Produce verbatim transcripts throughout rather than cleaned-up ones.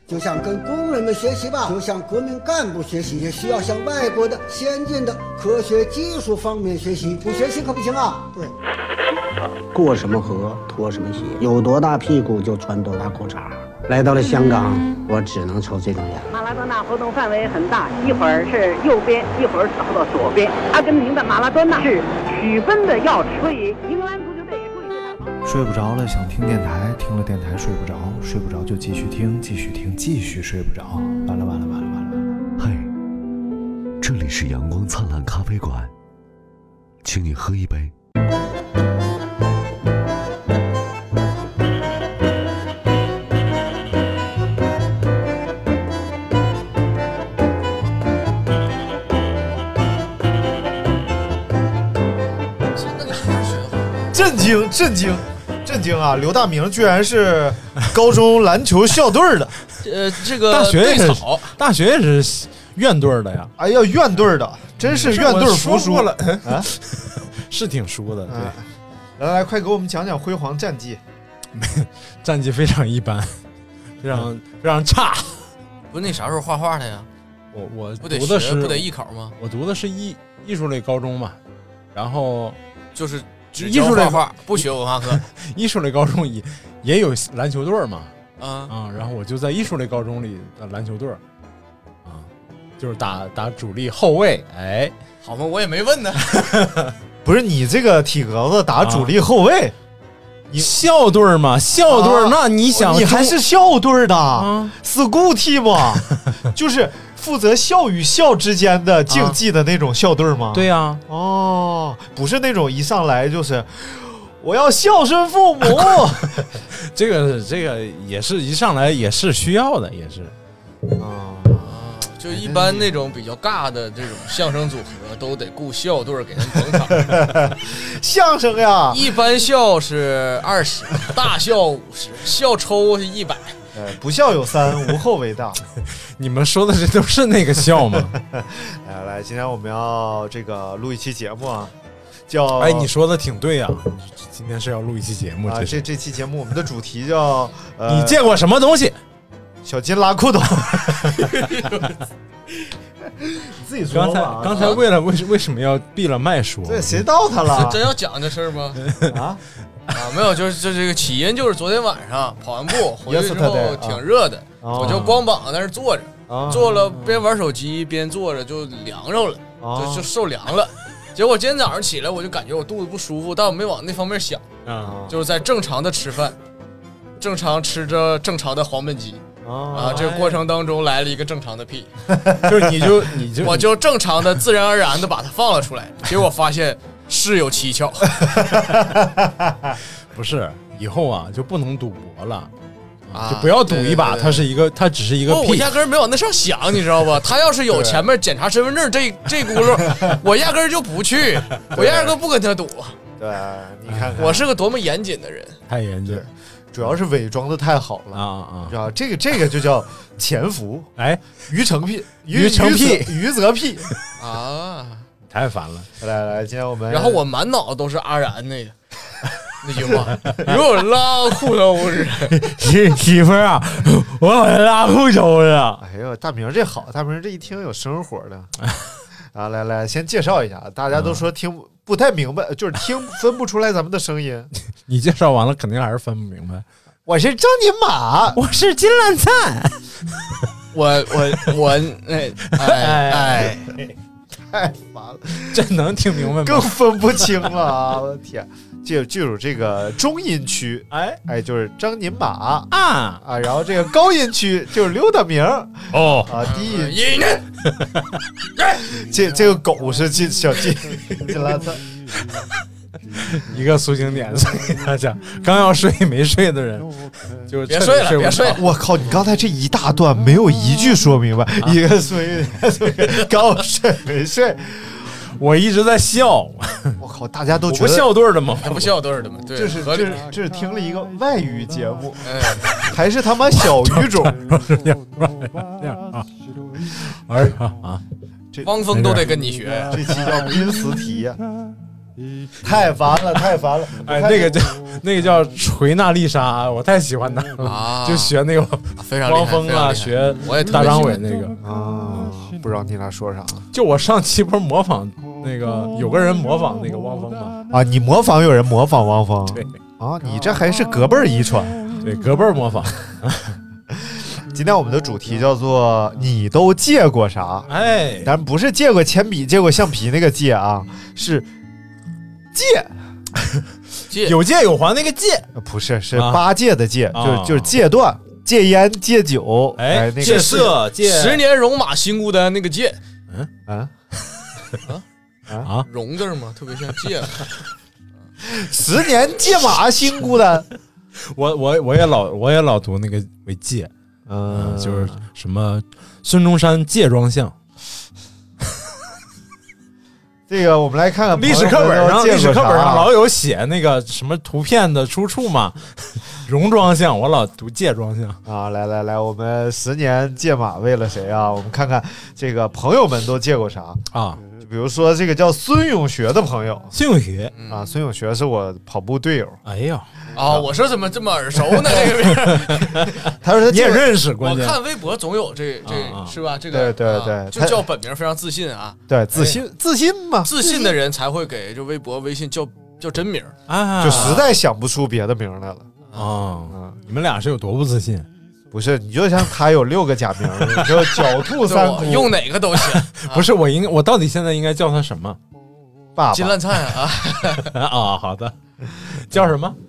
就想跟工人们学习吧，就向革命干部学习，也需要向外国的先进的科学技术方面学习，不学习可不行啊！对，过什么河脱什么鞋，有多大屁股就穿多大裤衩。来到了香港，我只能抽这种烟。 马拉多纳活动范围很大，一会儿是右边，一会儿倒到左边。阿根廷的马拉多纳是区分的钥匙，所以英格兰足球队也注意对他的。 睡不着了，想听电台，听了电台睡不着，睡不着就继续听，继续听，继续睡不着。完了完了完了完了！ 嘿，这里是阳光灿烂咖啡馆，请你喝一杯。 震惊震惊震惊啊！刘大明居然是高中篮球校队的， 呃，这个大学也是大学也是院队的呀。 哎呀，院队的，真是院队服输了啊，是挺输的。对， 啊、来来，快给我们讲讲辉煌战绩。 战绩非常一般，非常、嗯、非常差。 不是你啥时候画画的呀？ 我我不得读的是不得艺考吗？ 我读的是艺艺术类高中嘛，然后就是。艺术类画画不学文化课， 艺术类高中也也有篮球队嘛， 啊啊，然后我就在艺术类高中里的篮球队，啊，就是打打主力后卫，哎， 好吗？我也没问呢。 不是你这个体格子打主力后卫，啊、 你校队嘛，校队、啊、那你想你还是校队的、 啊、 school team 嘛，就是负责校与校之间的竞技的那种校队吗？ 啊、对呀、啊， 哦，不是那种一上来就是我要孝顺父母， 这个这个也是一上来也是需要的，也是啊。就一般那种比较尬的这种相声组合都得雇校队给人捧场。 相声呀， 一般校是二十，大校五十，校抽是一百。 呃，不孝有三，无后为大。 你们说的这都是那个孝吗？ 来来，今天我们要这个录一期节目啊，叫哎，你说的挺对呀、啊，今天是要录一期节目啊。这这期节目我们的主题叫呃， 你见过什么东西？ 小金拉裤兜。你自己说吧。 刚才刚才为了为为什么要闭了麦说？ 这谁到他了？ 真要讲这事儿吗？ 啊啊，没有，就是就这个起因就是昨天晚上跑完步回去之后挺热的， yes, 我就光膀子在那坐着， 啊、 坐了边玩手机边坐着就凉着了，啊、就就受凉了。结果今天早上起来我就感觉我肚子不舒服，但我没往那方面想， 啊、 就是在正常的吃饭，正常吃着正常的黄焖鸡。啊，这个过程当中来了一个正常的屁， 就是你就你就我就正常的自然而然的把它放了出来，结果发现事有蹊跷。 不是，以后啊就不能赌博了， 啊、 就不要赌一把， 对对对， 它是一个，它只是一个屁。 我压根儿没往那上想，你知道吧？他要是有前面检查身份证这这轱辘，我压根儿就不去，我压根儿不跟他赌。 对，你看看， 我是个多么严谨的人， 太严谨。 主要是伪装的太好了啊啊！ 知道这个这个就叫潜伏， 哎， 鱼成屁， 鱼成屁， 鱼则屁啊！ 太烦了。 来来，今天我们， 然后我满脑都是阿然那个那句话，给我拉裤兜子， 媳媳妇儿啊，我要拉裤兜子。 哎呦，大明这好，大明这一听有生活的啊！来来，先介绍一下，大家都说听不太明白，就是听分不出来咱们的声音。 你介绍完了，肯定还是分不明白。 我是张金马， 我是金烂灿， 我我我哎哎哎， 太烦了， 这能听明白吗？ 更分不清了啊！我的天，记记住这个中音区， 哎哎，就是张金马啊啊，然后这个高音区就是刘大明哦啊，低音音呢？ 这这个狗是金小金金拉灿。 一个苏醒点，所以大家刚要睡没睡的人就别睡了，别睡了！ 我靠，你刚才这一大段没有一句说明白，啊、一个睡，刚睡没睡， 我一直在笑。 我靠，大家都觉得我不校队的吗？ 不校队的吗？对， 这是这是这是听了一个外语节目， 哎、 还是他妈小语种？ 哎呀啊！ 汪峰都得跟你学， 这期叫濒死体验。 太烦了，太烦了。 哎，那个叫那个叫锤娜丽莎，我太喜欢她了， 啊、 就学那个汪峰啊，学大张伟那个啊。不知道你俩说啥？ 就我上期不是模仿那个，有个人模仿那个汪峰吗？ 啊，你模仿有人模仿汪峰？ 对啊，你这还是隔辈儿遗传。 对，隔辈儿模仿。 今天我们的主题叫做你都借过啥？ 哎， 当然不是借过铅笔、借过橡皮那个借啊，是借借有借有还那个借， 不是是八戒的戒， 啊、 就是就是戒断、戒烟、戒酒， 哎， 哎那个、 戒色、戒十年戎马心孤单那个戒， 嗯啊啊啊戎字嘛，特别像戒。 十年戒马心孤单。 我我我也老我也老读那个为戒，嗯，就是什么孙中山戒庄像。 这个我们来看看历史课本上，历史课本上老有写那个什么图片的出处嘛，戎装像，我老读戒庄像啊。来来来，我们十年戒马为了谁啊？我们看看这个朋友们都戒过啥啊？ 比如说这个叫孙永学的朋友， 孙永学啊，孙永学是我跑步队友。 哎呀， 啊，我说怎么这么耳熟呢？这个名， 他说他你也认识，关键我看微博总有这这是吧？这个对对对， 就叫本名非常自信啊， 对，自信自信嘛， 自信的人才会给就微博、微信叫叫真名啊， 就实在想不出别的名来了啊。你们俩是有多不自信？ 不是，你就像他有六个假名，叫狡兔三窟， 用哪个都行。 不是我应该，我到底现在应该叫他什么？ 爸爸金烂菜啊啊，好的，叫什么？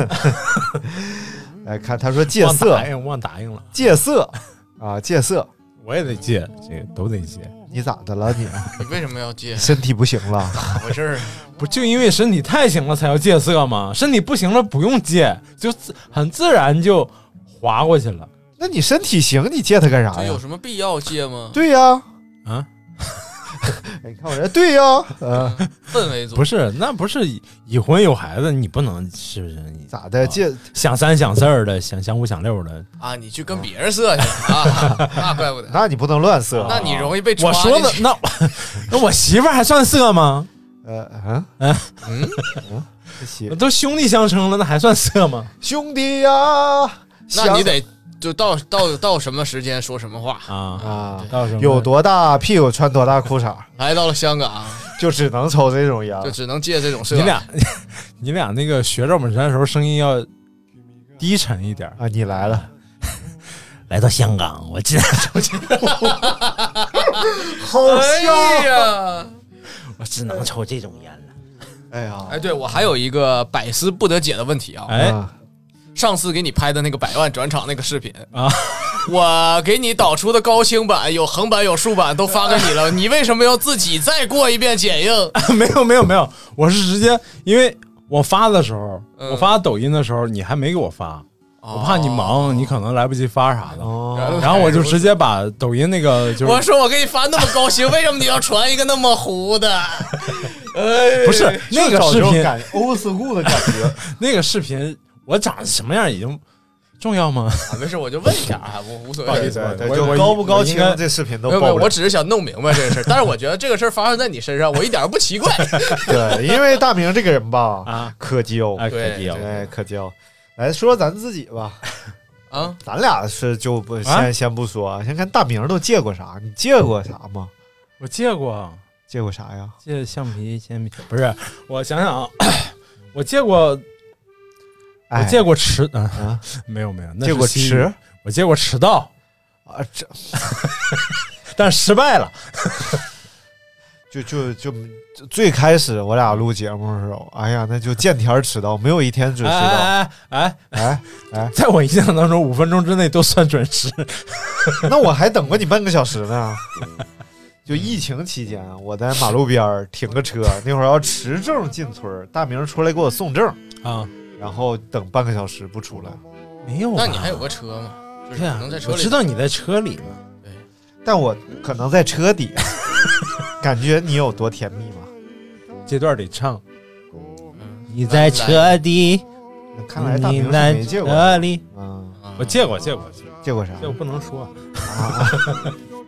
来看，他说戒色， 忘答应，忘答应了， 戒色啊，戒色， 我也得戒，这个都得戒。 你咋的了你？ 你为什么要戒？ 身体不行了？ 咋回事？ 不就因为身体太行了才要戒色吗？身体不行了不用戒，就很自然就滑过去了。 那你身体行，你戒它干啥呀？ 这有什么必要戒吗？ 对呀， 啊， 你看我这对呀，呃， 氛围组不是，那不是已婚有孩子，你不能是不是？你咋的戒想三想四儿的，想想五想六的啊？你去跟别人色去啊？那怪不得， 那你不能乱色， 那你容易被我说的那那我媳妇儿还算色吗？ 呃嗯嗯嗯嗯， 都兄弟相称了，那还算色吗？ 兄弟呀， 那你得。就到到到什么时间说什么话啊啊！ 到什么有多大屁股穿多大裤衩。 来到了香港， 就只能抽这种烟， 就只能戒这种色。 你俩，你俩那个学赵本山的时候，声音要低沉一点啊！你来了， 来到香港，我只能抽这种， 好笑呀！ 我只能抽这种烟了。 哎呀， 哎，对我还有一个百思不得解的问题啊！ 哎。 上次给你拍的那个百万转场那个视频啊， 我给你导出的高清版有横版有竖版都发给你了，你为什么要自己再过一遍剪映？ 没有没有没有，我是直接，因为我发的时候， 嗯、 我发抖音的时候你还没给我发，哦、我怕你忙，你可能来不及发啥的，哦、然后我就直接把抖音那个就是， 我说我给你发那么高清，为什么你要传一个那么糊的？ 哎、不是那个视频 ，old school 的感觉， 那个视频。我长得什么样已经重要吗？ 啊，没事，我就问一下啊，我无所谓。 不好意思，对，就高不高清，这视频都爆不了。 我只是想弄明白这个事儿，但是我觉得这个事儿发生在你身上，我一点不奇怪。 对，因为大明这个人吧， 啊， 可交， 哎，可交， 哎，可交。来说咱自己吧， 啊， 咱俩是就不先、啊、先不说，先看大明都借过啥？你借过啥吗？ 我借过， 借过啥呀？ 借橡皮、铅笔，不是，我想想啊，我借过。我借过迟啊、嗯，没有没有，那借过迟， 我借过迟到啊，这， 但失败了。 就就就最开始我俩录节目的时候，哎呀，那就见天迟到，没有一天准时到。 哎哎哎哎， 在我印象当中，五分钟之内都算准时。 那我还等过你半个小时呢。就疫情期间，我在马路边停个车，那会儿要持证进村，大明出来给我送证啊。 然后等半个小时不出来， 没有。 那你还有个车吗？就是可能在车里。 我知道你在车里嘛。 对， 但我可能在车底。感觉你有多甜蜜吗？ 这段得唱。你在车底， 看来大明是没借过。车里，嗯，我借过，借过， 借过啥？ 这我不能说。 啊、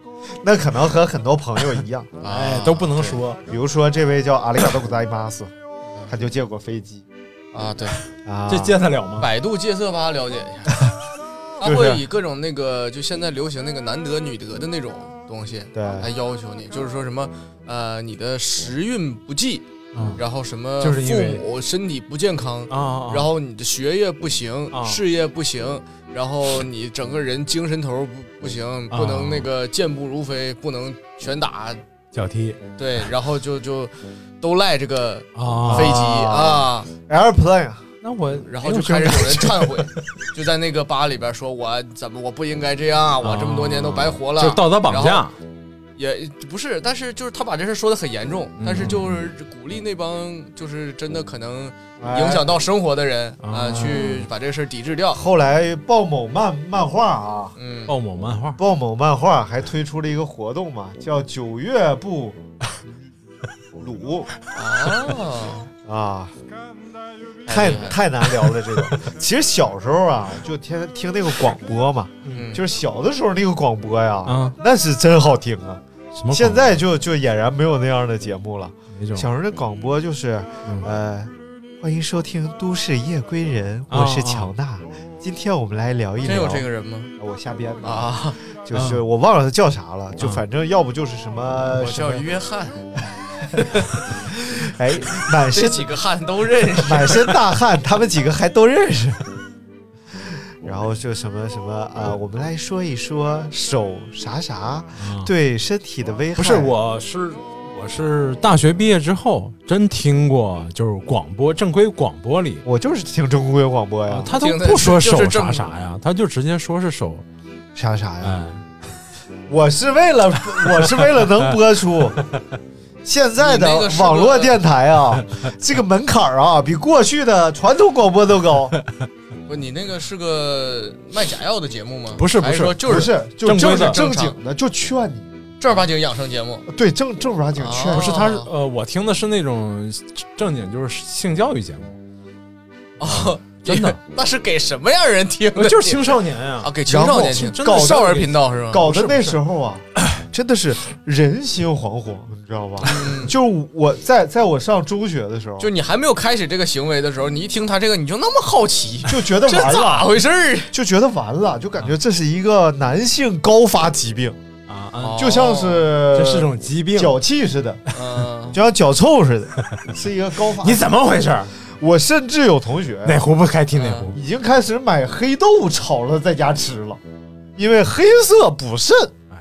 那可能和很多朋友一样， 哎，都不能说。 比如说这位叫阿里嘎多古达伊马斯。 他就借过飞机啊，对啊， 这借得了吗？ 百度借色吧了解一下，他会以各种那个就现在流行那个男德女德的那种东西， 对， 来要求你，就是说什么呃你的时运不济。嗯、然后什么就是父母身体不健康啊， 然后你的学业不行、啊，事业不行，然后你整个人精神头不不行，啊、不能那个健步如飞，不能拳打脚踢， 对，然后就就都赖这个飞机啊 ，airplane。 那我然后就开始有人忏悔，就在那个吧里边说，我怎么我不应该这样啊，我这么多年都白活了， 就道德绑架。 也不是，但是就是他把这事说的很严重、嗯，但是就是鼓励那帮就是真的可能影响到生活的人、哎、啊，去把这事抵制掉。 后来鲍某漫漫画啊， 嗯， 鲍某漫画， 鲍某漫画还推出了一个活动嘛，叫九月不鲁啊啊，太太难聊了这个。其实小时候啊，就听听那个广播嘛，嗯、就是小的时候那个广播呀，嗯、那是真好听啊。 什么？ 现在就就俨然没有那样的节目了。小时候的广播就是，嗯、呃，欢迎收听《都市夜归人》，我是乔娜。哦哦今天我们来聊一聊。 真有这个人吗？ 我瞎编的啊， 就是我忘了他叫啥了，就反正要不就是什么， 我叫约翰。 哎，满身几个汉都认识， 满身大汗，他们几个还都认识。然后就什么什么啊、呃，我们来说一说手啥啥、嗯、对身体的危害。 不是，我是我是大学毕业之后真听过，就是广播正规广播里， 我就是听正规广播呀， 啊、他都不说手啥啥呀，他就直接说是手啥啥呀。哎、我是为了我是为了能播出。现在的网络电台啊，这个门槛啊，比过去的传统广播都高。 不，你那个是个卖假药的节目吗？ 不是，不是， 说就是不是就正正正经的，就劝你正儿八经养生节目。 对，正正儿八经劝、 哦。不是他，呃，我听的是那种正经，就是性教育节目。 哦， 真的， 那是给什么样人听的？ 就是青少年呀、 啊，给青少年听， 搞少儿频道是吧？ 搞的那时候啊。真的是人心惶惶，你知道吧？嗯、就我在在我上中学的时候， 就你还没有开始这个行为的时候，你一听他这个，你就那么好奇， 就觉得完了， 这咋回事儿？ 就觉得完了，就感觉这是一个男性高发疾病啊，啊就像是这是种疾病， 脚气似的，嗯，就像脚臭似的，是一个高发。 你怎么回事？ 我甚至有同学哪壶不开提哪壶， 已经开始买黑豆炒了在家吃了，因为黑色补肾。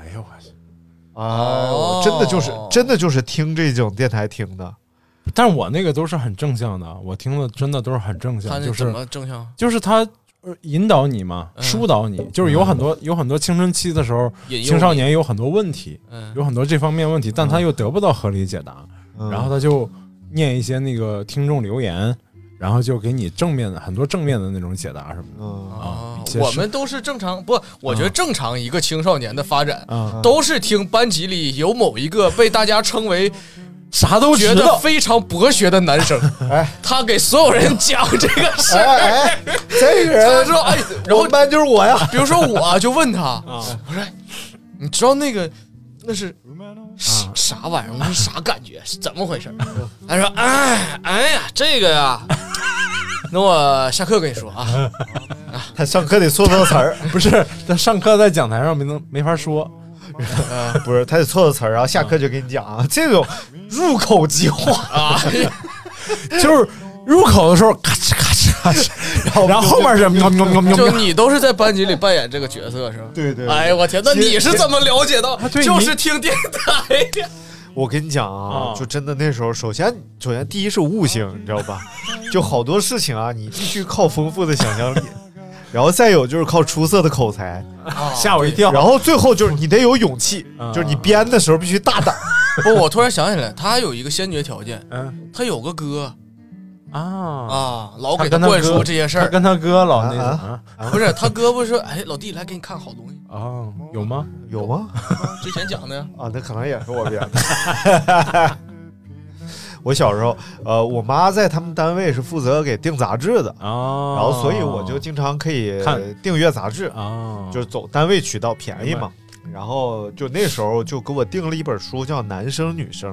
啊，我真的就是真的就是听这种电台听的， 但是我那个都是很正向的，我听的真的都是很正向，就是怎么正向？ 就是他引导你嘛，嗯、疏导你，就是有很多、嗯、有很多青春期的时候，青少年有很多问题，嗯、有很多这方面问题，但他又得不到合理解答，嗯、然后他就念一些那个听众留言。然后就给你正面的很多正面的那种解答什么的、嗯、 啊，我们都是正常不？我觉得正常一个青少年的发展，嗯、都是听班级里有某一个被大家称为啥都觉得非常博学的男生，哎，他给所有人讲这个事儿， 哎哎，这个人他说，哎，然后班就是我呀。 比如说我就问他，啊、我说，你知道那个那是啥啥玩意儿？那是啥感觉？是怎么回事？他说，哎哎呀，这个呀。那我下课跟你说啊， 他上课得错错词儿， 不是他上课在讲台上没能没法说， 呃，不是他得错错词儿，然后下课就跟你讲啊，这种入口即化啊， 就是入口的时候咔哧咔哧咔哧，然后然后后面是喵喵喵喵， 就你都是在班级里扮演这个角色是吧？ 对 对, 对。 哎呀我天，那你是怎么了解到？就是听电台呀。 我跟你讲啊，就真的那时候，首先首先第一是悟性，你知道吧？就好多事情啊，你必须靠丰富的想象力，然后再有就是靠出色的口才， 吓我一跳。 然后最后就是你得有勇气，就是你编的时候必须大胆。 不，我突然想起来，他有一个先决条件，嗯，他有个哥。啊啊！老给他灌输这些事儿， 他跟他哥老那个、啊啊、不是他哥不是说，哎，老弟来给你看好东西啊？有吗？ 有吗？ 之前讲的啊，那可能也是我编的。我小时候，呃，我妈在他们单位是负责给订杂志的啊，然后所以我就经常可以订阅杂志啊，就是走单位渠道便宜嘛。然后就那时候就给我订了一本书，叫《男生女生》。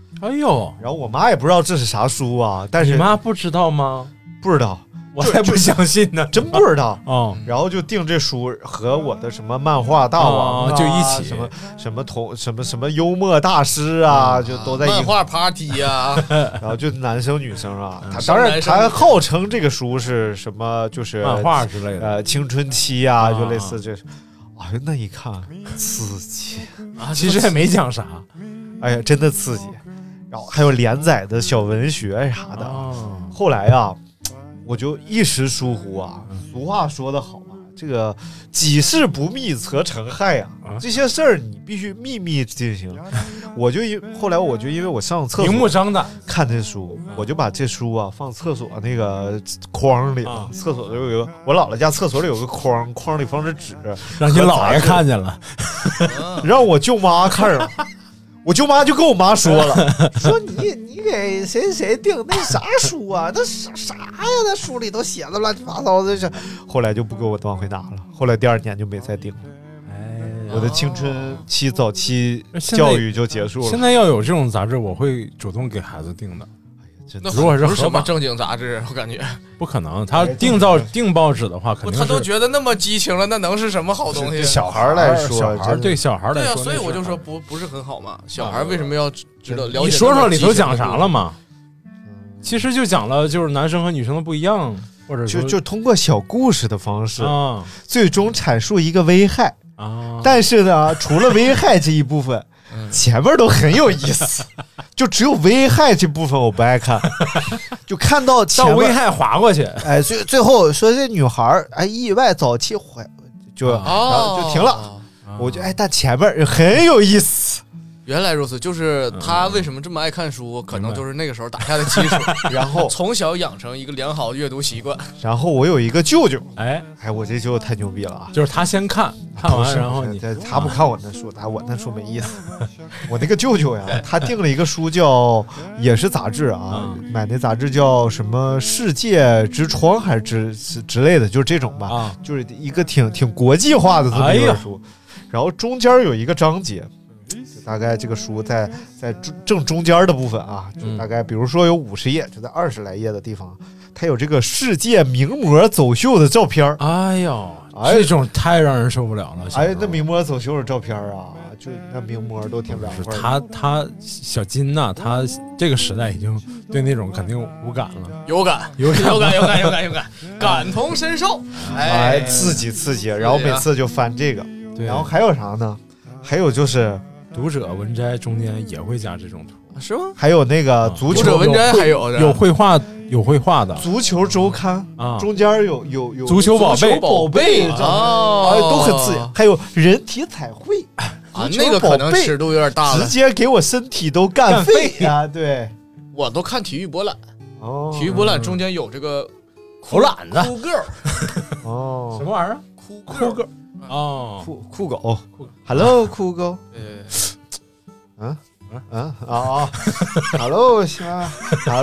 哎呦， 然后我妈也不知道这是啥书啊，但是你妈不知道吗？ 不知道。 我才不相信呢， 真不知道哦。 然后就订这书和我的什么漫画大王、啊哦、就一起， 什么什么同什么什么幽默大师啊，嗯、就都在一漫画 party 呀、啊。 然后就男生女生啊，他当然他号称这个书是什么，就是漫画之类的， 呃，青春期啊，啊就类似这。哎呀，那一看刺激啊，其实也没讲啥。 哎呀，真的刺激。然后还有连载的小文学啥的。哦、后来啊。我就一时疏忽啊，俗话说得好嘛，这个己事不密则成害呀、啊，这些事儿你必须秘密进行。我就因后来我就因为我上厕所明目张胆看这书，我就把这书啊放厕所那个筐里了。厕所里有个我姥姥家厕所里有个筐，筐里放着纸， 让你姥爷看见了， 让我舅妈看上了。我舅妈就跟我妈说了，说你你给谁谁订那啥书啊？那啥啥呀？那书里都写的乱七八糟的。这后来就不给我往回拿了，后来第二年就没再订了。哎，我的青春期早期教育就结束了。 现在要有这种杂志，我会主动给孩子订的。 那如果是不是什么正经杂志，我感觉不可能。他订造订报纸的话，肯定他都觉得那么激情了，那能是什么好东西？ 小孩来说， 小孩对小孩来说， 对啊，所以我就说不不是很好嘛。小孩为什么要知道了解？ 你说说里头讲啥了嘛？其实就讲了，就是男生和女生的不一样，或者就就通过小故事的方式啊， 最终阐述一个危害啊。但是呢，除了危害这一部分。前面都很有意思，就只有危害这部分我不爱看，就看到前面到危害划过去， 哎，最最后说这女孩哎意外早期怀，就、哦、然后就停了，哦、我就哎，但前面很有意思。 原来如此，就是他为什么这么爱看书，嗯、可能就是那个时候打下的基础， 然后从小养成一个良好的阅读习惯。 然后我有一个舅舅， 哎哎，我这舅舅太牛逼了啊！ 就是他先看看完，然后你他不看我那书，他我那书没意思。我那个舅舅呀，他订了一个书叫也是杂志啊，嗯、买那杂志叫什么《世界之窗》还是之之类的，就是这种吧，啊、就是一个挺挺国际化的这么一本书。哎、然后中间有一个章节。就大概这个书在在正中间的部分啊，就大概比如说有五十页，就在二十来页的地方，它有这个世界名模走秀的照片。 哎呦，这种太让人受不了了！ 哎，那名模走秀的照片啊，就那名模都挺凉快。 他他小金呐、啊，他这个时代已经对那种肯定无感了， 有感有感有感有感有感有感，感同身受。 哎，刺激刺激！然后每次就翻这个，对、然后还有啥呢？还有就是。 读者文摘中间也会加这种图， 是吗？ 还有那个足球读者文摘还有有绘画有绘画的足球周刊啊，中间有有有足球宝贝宝贝啊，都很刺激。还有人体彩绘啊，那个可能尺度有点大了， 直接给我身体都干废啊！对， 我都看体育博览哦，体育博览中间有这个酷懒子酷 girl 哦，什么玩意儿？ 酷酷 girl。哦， 酷酷狗 ，Hello 酷狗，嗯嗯嗯啊 ，Hello 行啊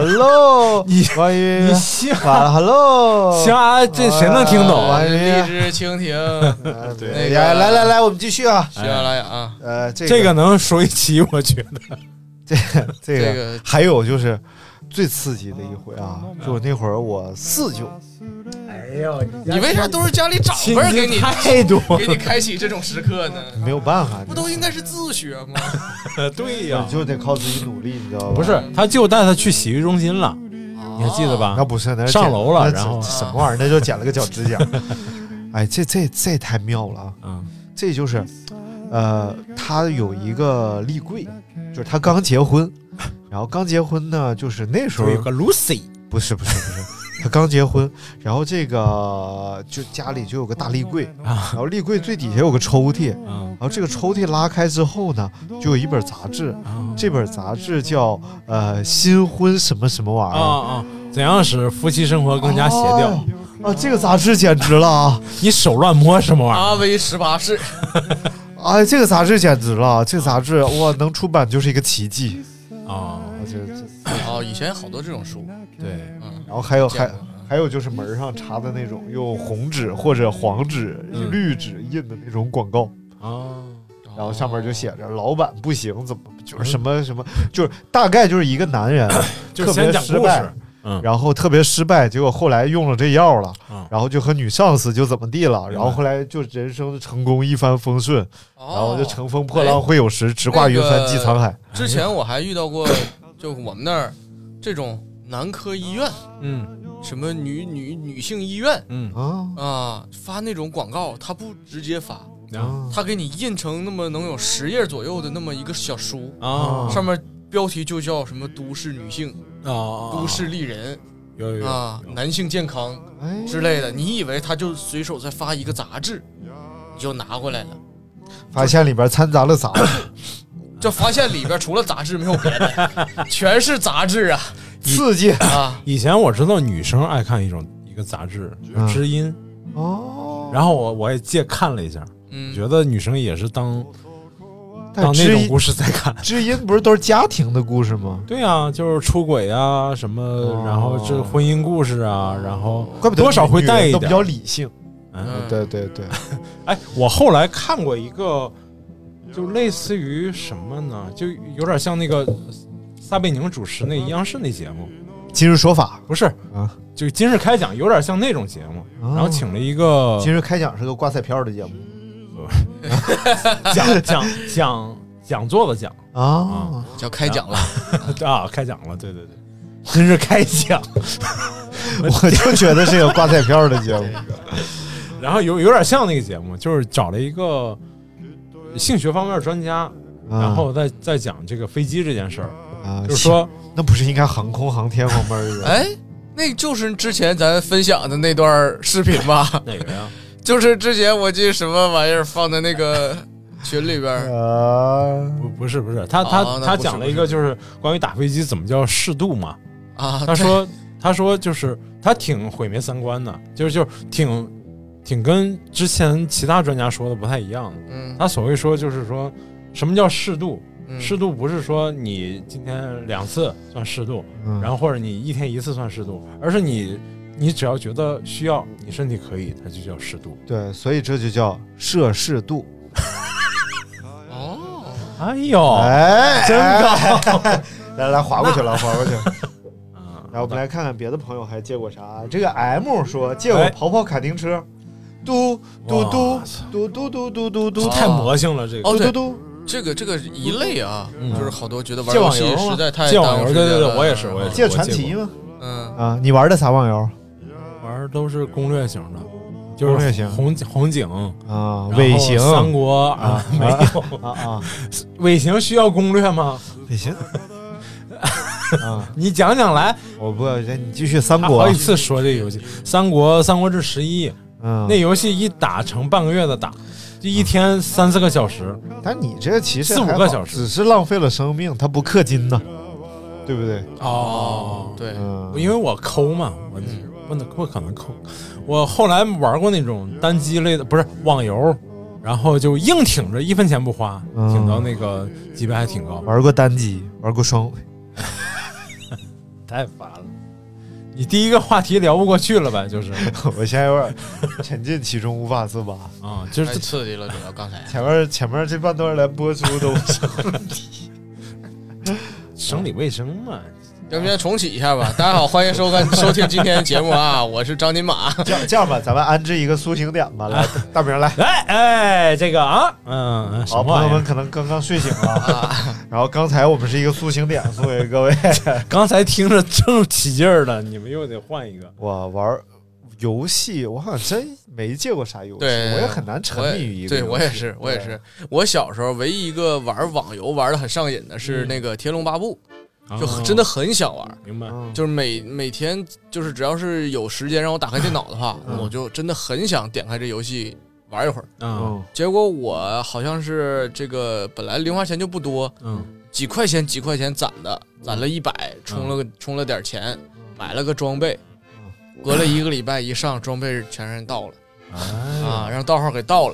，Hello 你关于你行啊 ，Hello 行啊，这谁能听懂啊？ 荔枝蜻蜓， 对，来来来来，我们继续啊， 喜马拉雅啊， 呃，这这个能说一期，我觉得， 这这个还有就是最刺激的一回啊，就那会儿我四舅。 哎呦， 你为啥都是家里长辈给你太多， 给你开启这种时刻呢？ 没有办法， 不都应该是自学吗？ 对呀， 就得靠自己努力，你知道吧？ 不是，他就带他去洗浴中心了，你还记得吧？ 那不是，那上楼了，然后什么玩意儿？那就剪了个脚指甲。哎，这这这太妙了啊！嗯，这就是，呃，他有一个立柜，就是他刚结婚，然后刚结婚呢，就是那时候有个 Lucy， 不是不是不是。他刚结婚，然后这个就家里就有个大立柜，然后立柜最底下有个抽屉，然后这个抽屉拉开之后呢，就有一本杂志，这本杂志叫呃新婚什么什么玩意儿啊啊，怎样使夫妻生活更加协调啊？ 啊这个杂志简直了啊！ 你手乱摸什么玩意儿？ 阿威十八式， 哎，这个杂志简直了，这个杂志哇能出版就是一个奇迹啊！ 这这哦，以前好多这种书。 对， 嗯，然后还有还还有就是门上插的那种用红纸或者黄纸、嗯、绿纸印的那种广告啊， 然后上面就写着老板不行，怎么就是什么什么，就是大概就是一个男人特别失败。嗯、然后特别失败，结果后来用了这药了、嗯、然后就和女上司就怎么地了，然后后来就人生成功一帆风顺、哦、然后就乘风破浪会有时、哎、直挂云帆济沧海、 那个、之前我还遇到过就我们那儿这种男科医院，嗯，什么女女女性医院，嗯啊啊，发那种广告他不直接发、啊、他给你印成那么能有十页左右的那么一个小书啊，上面标题就叫什么都市女性啊，都市丽人有有啊，男性健康之类的，你以为他就随手再发一个杂志，你就拿过来了， 发现里边掺杂了杂志， 就发现里边除了杂志没有别的，全是杂志啊， 刺激啊！ 以前我知道女生爱看一种一个杂志，就是知音、嗯、哦，然后我我也借看了一下，嗯，觉得女生也是当。当那种故事在看， 知音不是都是家庭的故事吗？ 对啊，就是出轨啊什么、哦，然后这婚姻故事啊，然后多少会带一点， 都比较理性。嗯，对对对。 哎，我后来看过一个，就类似于什么呢？就有点像那个撒贝宁主持那央视那节目 《今日说法》， 不是啊，就今日开讲，有点像那种节目。哦、然后请了一个， 今日开讲是个挂彩票的节目。 讲讲讲讲座的讲啊、哦， 叫开讲了啊，开讲了，对对对，真是开讲， 我就觉得是个挂彩票的节目， 然后有有点像那个节目，就是找了一个性学方面的专家，啊、然后再再讲这个飞机这件事儿啊，就是说那不是应该航空航天方面的？ 哎，那就是之前咱分享的那段视频吧？ 哪个呀？ 就是之前我记得什么玩意儿放在那个群里边啊，不不是不是，他他、哦、他讲了一个就是关于打飞机怎么叫适度嘛啊，他说他说就是他挺毁灭三观的，就是就是挺挺跟之前其他专家说的不太一样的。嗯，他所谓说就是说什么叫适度？嗯、适度不是说你今天两次算适度，嗯、然后或者你一天一次算适度，而是你。你只要觉得需要，你身体可以，它就叫适度。 对，所以这就叫摄氏度。 哦，哎呦，哎，真高！ 来来，划过去了，划过去了。嗯，然后我们来看看别的朋友还借过啥。这个 M 说借我跑跑卡丁车，嘟嘟嘟嘟嘟嘟嘟嘟嘟， 太魔性了这个。 哦， 嘟嘟， 这个这个一类啊，就是好多觉得玩游戏实在太借网游，对对对，我也是，我也是借传奇吗？嗯啊，你玩的啥网游？ 玩都是攻略型的，就是红红警啊，尾行、 三国啊，没有啊啊，尾行需要攻略吗？ 尾行啊，你讲讲来， 我不，你继续三国。 好几次说这个游戏，三国、三国志十一，嗯，那游戏一打成半个月的打，就一天三四个小时。 但你这其实四五个小时， 只是浪费了生命，它不氪金呢，对不对？ 哦，对， 嗯、因为我抠嘛，我。嗯不能不可能扣。我后来玩过那种单机类的，不是网游，然后就硬挺着一分钱不花，嗯、挺到那个级别还挺高。 玩过单机，玩过双轨， 太烦了。你第一个话题聊不过去了呗？就是我现在有点沉浸其中，无法自拔啊！就是太刺激了，主要刚才前面前面这半段来播出都是问题， 生理卫生嘛。 要不先重启一下吧。大家好，欢迎收看收听今天的节目啊，我是张金马。 这样这样吧，咱们安置一个苏醒点吧。来，大明来， 来，哎，这个啊，嗯， 好，朋友们可能刚刚睡醒了，啊、然后刚才我们是一个苏醒点，送给各位。 刚才听着正起劲儿的，你们又得换一个。 我玩游戏，我好像真没借过啥游戏， 对， 我也很难沉迷于一个对我也是，我也是。我小时候唯一一个玩网游玩的很上瘾的是那个《天龙八部》。就真的很想玩， 明白？ 就是每每天就是只要是有时间让我打开电脑的话，嗯、我就真的很想点开这游戏玩一会儿。嗯，结果我好像是这个本来零花钱就不多，嗯，几块钱几块钱攒的，攒了一百，充了个充了点钱，买了个装备，隔了一个礼拜一上装备全让人盗了，啊，让盗号给盗了。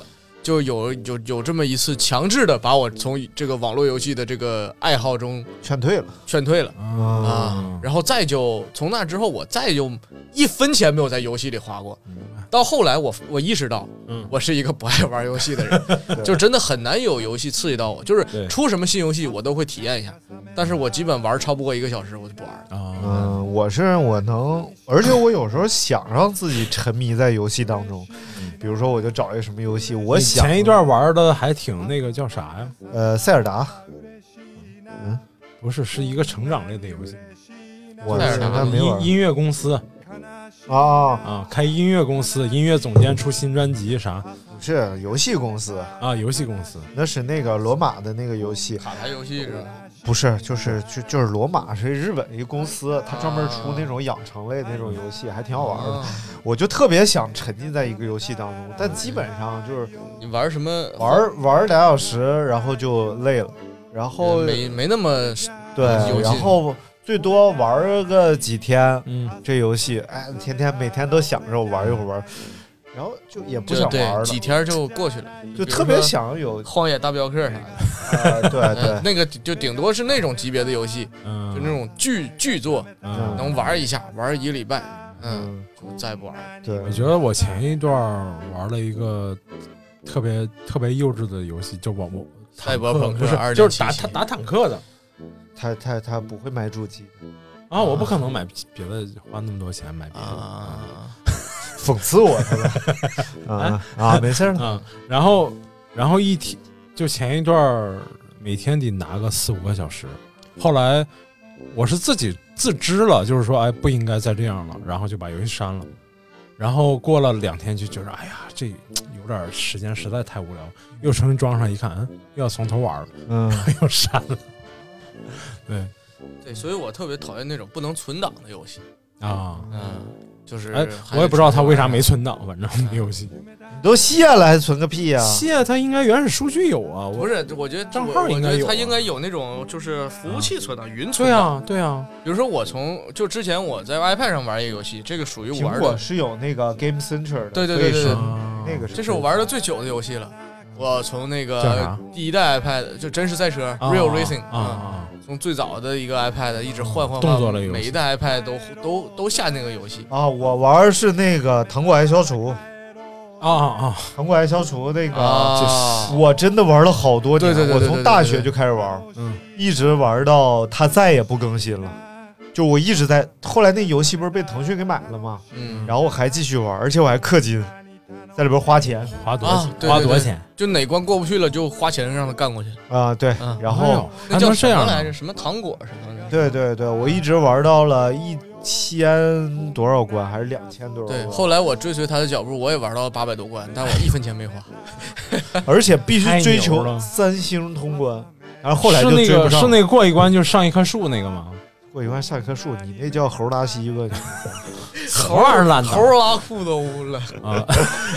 就有有有这么一次强制的把我从这个网络游戏的这个爱好中劝退了， 劝退了啊、 啊！然后再就从那之后，我再就一分钱没有在游戏里花过。到后来我我意识到，嗯，我是一个不爱玩游戏的人，就真的很难有游戏刺激到我。就是出什么新游戏我都会体验一下，但是我基本玩超不过一个小时我就不玩了。 啊、嗯，我是我能，而且我有时候想让自己沉迷在游戏当中，比如说我就找一个什么游戏，我想前一段玩的还挺那个叫啥呀？ 呃，塞尔达， 嗯，不是，是一个成长类的游戏。 我塞尔达没玩。 音音乐公司。 啊啊！开音乐公司，音乐总监出新专辑啥？ 不是游戏公司啊，游戏公司那是那个罗马的那个游戏， 卡牌游戏是吧？ 不是，就是就就是罗马是日本一个公司，它专门出那种养成类的那种游戏，还挺好玩的。我就特别想沉浸在一个游戏当中，但基本上就是你玩什么？ 玩玩俩小时，然后就累了，然后没没那么对，然后。最多玩个几天，嗯，这游戏，哎，天天每天都想着玩一会儿玩，然后就也不想玩了， 几天就过去了， 就特别想有 《荒野大镖客》啥的， 呃、对对， 那个就顶多是那种级别的游戏，嗯，就那种巨巨作，嗯，能玩一下，玩一个礼拜，嗯，就再不玩了。 对， 我觉得我前一段玩了一个特别特别幼稚的游戏，就我我赛博朋克二， 就是打他打坦克的。 他他他不会买主机啊！我不可能买别的，花那么多钱买别的， 啊、 讽刺我他吧？啊啊，没事啊。然后然后一天就前一段每天得拿个四五个小时，后来我是自己自知了，就是说哎不应该再这样了，然后就把游戏删了。然后过了两天就觉得哎呀这有点时间实在太无聊，又重新装上一看，嗯，又要从头玩了，嗯，又删了。对对，所以我特别讨厌那种不能存档的游戏啊， 嗯，就是哎，我也不知道他为啥没存档，反正那游戏你都卸了还存个屁呀、啊？ 卸它应该原始数据有啊， 不是，我觉得账号应该有、啊， 它应该有那种就是服务器存档、啊、云存档。对啊，对啊。 比如说我从就之前我在 iPad 上玩一个游戏，这个属于我玩的， 苹果是有那个 Game Center 的， 对对对对对， 那个是这是我玩的最久的游戏了。我从那个第一代 iPad 就真实赛车、啊、Real Racing 啊、啊、嗯，从最早的一个 iPad 一直换换动作类游戏， 每一代 iPad 都都都下那个游戏啊。我玩是那个糖果爱消除啊啊啊！ 糖果爱消除那个、啊，我真的玩了好多年， 对对对对对对对对， 我从大学就开始玩，嗯，一直玩到它再也不更新了。就我一直在，后来那游戏不是被腾讯给买了吗？嗯，然后我还继续玩，而且我还氪金。在里边花钱， 花多少钱？ 啊、对对对花多少钱？ 就哪关过不去了，就花钱让他干过去啊！对， 嗯、 然后、 哎、那叫什么来着？什么糖果什么的？ 对对对，我一直玩到了一千多少关，还是两千多少关？ 对，后来我追随他的脚步，我也玩到了八百多关，但我一分钱没花， 而且必须追求三星通关。然后后来就追不上。 是那个是那个过一关就上一棵树那个吗？ 过一关上一棵树，你那叫猴拉稀吧？ 什么玩意儿烂的？ 猴拉裤兜了啊！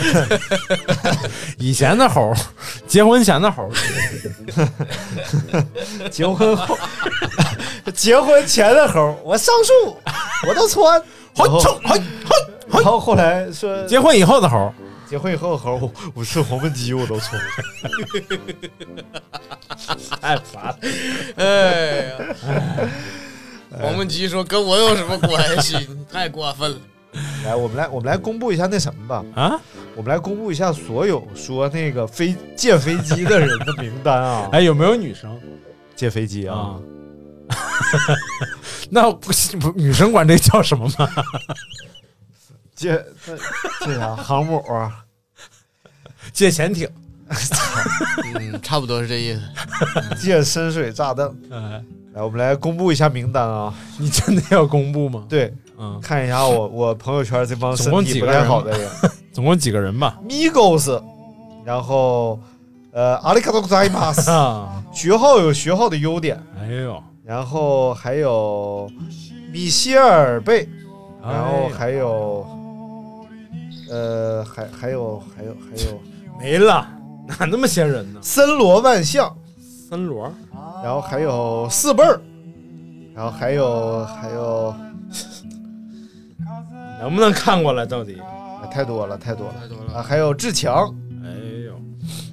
以前的猴，结婚前的猴， 结婚后，结婚前的猴，我上树，我都穿， 然后然后后来说结婚以后的猴， 结婚以后的猴，我吃黄焖鸡我都穿， 太烦了， 哎呀！黄焖鸡说：“跟我有什么关系？你太过分了。” 来，我们来，我们来公布一下那什么吧。啊，我们来公布一下所有说那个飞借飞机的人的名单啊。 哎，有没有女生借飞机啊？啊那不不，女生管这叫什么吗？ 借借啥？航母啊？ 借潜艇？ 嗯，差不多是这意思。 借深水炸弹。哎。来，我们来公布一下名单啊！ 你真的要公布吗？ 对，嗯，看一下我我朋友圈这帮身体不太好的人， 总共几个人吧 ？Migos， 然后呃，阿里卡多扎伊马斯，学号有学号的优点， 哎呦， 然后还有米歇尔贝，然后还有呃，还还有还有还有没了，哪那么些人呢？ 森罗万象， 森罗。 然后还有四辈儿，然后还有还有， 能不能看过来？到底、 啊、太多了，太多了， 太多了啊！还有志强， 哎呦，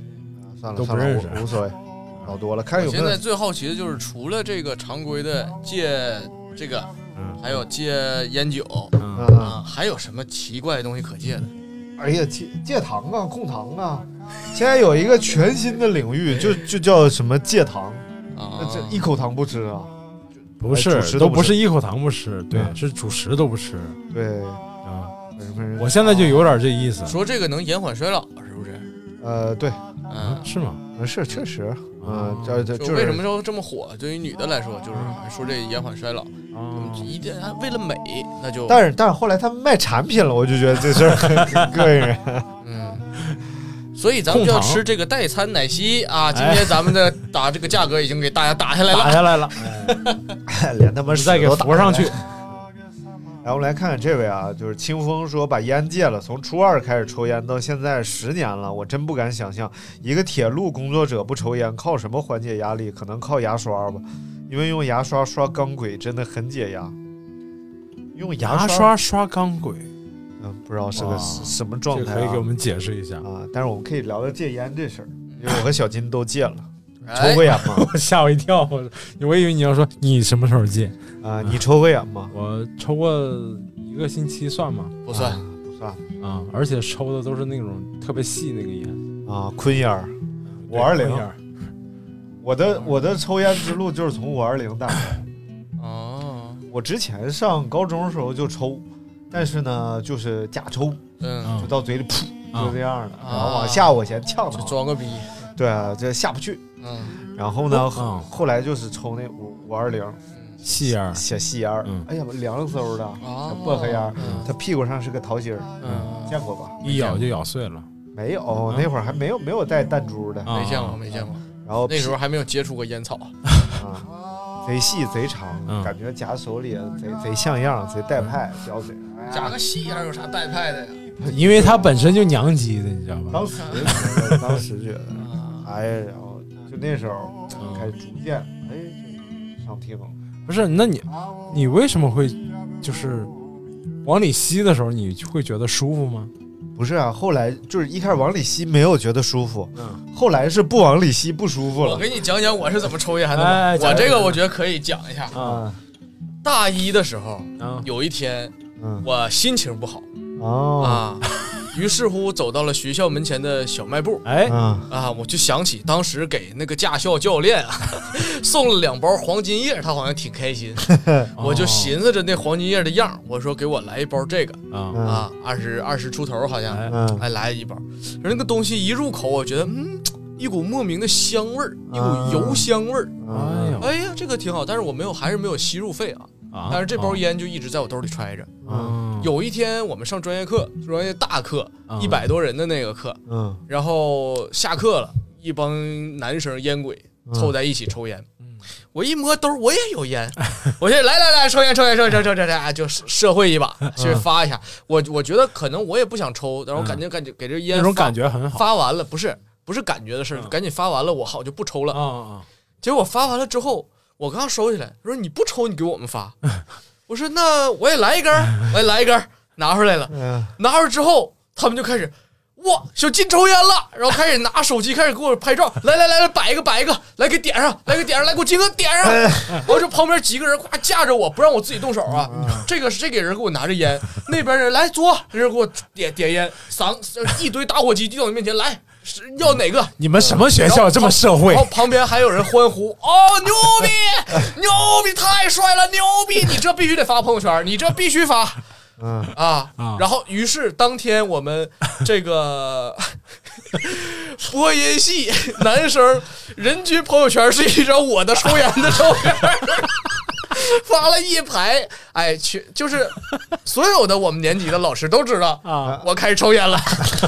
算了， 都不认识， 无所谓，搞多了。看有没有。 现在最好奇的就是，除了这个常规的戒这个，嗯，还有戒烟酒，嗯啊，还有什么奇怪的东西可戒的？ 哎呀，戒戒糖啊，控糖啊！现在有一个全新的领域，就就叫什么戒糖啊，这一口糖不吃啊。 不是，都不是一口糖不吃，对，嗯、是主食都不吃。 对啊，我现在就有点这意思。 说这个能延缓衰老，是不是？ 呃，对， 嗯， 是吗？ 是，确实，嗯，这这就为什么说这么火？对于女的来说，就是说这延缓衰老，嗯，一定为了美，那就。 但是但是后来他们卖产品了，我就觉得这事儿很膈应人。 嗯。所以咱们就要吃这个代餐奶昔啊！今天咱们的打这个价格已经给大家打下来了， 打下来了， 哎、连他妈再给扶上去。 来，我们来看看这位啊，就是清风说把烟戒了，从初二开始抽烟到现在十年了，我真不敢想象一个铁路工作者不抽烟靠什么缓解压力？可能靠牙刷吧，因为用牙刷刷钢轨真的很解压。用牙刷刷, 刷刷钢轨。 嗯，不知道是个什么状态、啊， 可以给我们解释一下啊。但是我们可以聊聊戒烟这事儿，因为我和小金都戒了。抽过烟吗？ 我吓我一跳，我以为你要说你什么时候戒啊？你抽过烟吗？ 我抽过一个星期，算吗？ 不算， 啊、不算啊。而且抽的都是那种特别细那个烟啊，坤烟儿，五二零。我的我的抽烟之路就是从五二零打开。哦，我之前上高中的时候就抽。但是呢，就是假抽，嗯，就到嘴里噗，就这样的，然后往下我先呛着， 装个逼， 对啊，这下不去，嗯，然后呢，后来就是抽那五五二零细烟， 小细烟，哎呀，凉飕的，薄荷烟，它屁股上是个桃心儿，嗯，见过吧？ 一咬就咬碎了， 没有，那会儿还没有没有带弹珠的， 没见过，没见过， 然后那时候还没有接触过烟草， 啊，贼细贼长，感觉夹手里贼贼像样，贼带派，叼嘴。 夹个细烟有啥带派的呀？ 因为它本身就娘鸡的，你知道吧？ 当时当时觉得，哎，然后就那时候开始逐渐哎就上听。 不是，那你你为什么会就是往里吸的时候你会觉得舒服吗？ 不是啊，后来就是一开始往里吸没有觉得舒服，嗯，后来是不往里吸不舒服了。 我给你讲讲我是怎么抽烟的吧。哎、我这个我觉得可以讲一下啊。大一的时候，嗯、有一天。嗯、我心情不好哦啊，于是乎走到了学校门前的小卖部，哎啊，我就想起当时给那个驾校教练啊送了两包黄金叶，他好像挺开心，我就寻思着那黄金叶的样，我说给我来一包这个啊啊，二十二十出头好像，嗯、哎来一包，那个东西一入口，我觉得嗯。一股莫名的香味儿，一股油香味儿。哎呀，哎呀，这个挺好，但是我没有，还是没有吸入肺啊。啊但是这包烟就一直在我兜里揣着。啊、有一天我们上专业课，专业大课，一百、啊、多人的那个课，嗯，然后下课了，一帮男生烟鬼凑在一起抽烟。嗯、我一摸兜，我也有烟，我就来来来，抽烟抽烟抽烟抽烟抽烟，就社会一把，去发一下。我我觉得可能我也不想抽，然后感觉感觉给这烟那种感觉很好。 发完了不是。不是感觉的事儿，赶紧发完了，我好就不抽了啊啊！结果发完了之后，我刚收起来，说你不抽，你给我们发。我说那我也来一根，我也来一根，拿回来了。拿回来之后，他们就开始哇，小金抽烟了，然后开始拿手机开始给我拍照，来来来来，摆一个摆一个，来给点上，来给点上，来给我金哥点上。然后这旁边几个人呱架着我，不让我自己动手啊。这个是这个人给我拿着烟，那边人来坐，人给我点点烟，嗓一堆打火机递到我面前来。要哪个？ 你们什么学校这么社会？ 然后旁边还有人欢呼：“哦，牛逼，牛逼，太帅了，牛逼！你这必须得发朋友圈，你这必须发。”嗯啊，然后于是当天我们这个播音系男生人均朋友圈是一张我的抽烟的照片。发了一排，哎，去就是所有的我们年级的老师都知道啊，我开始抽烟了。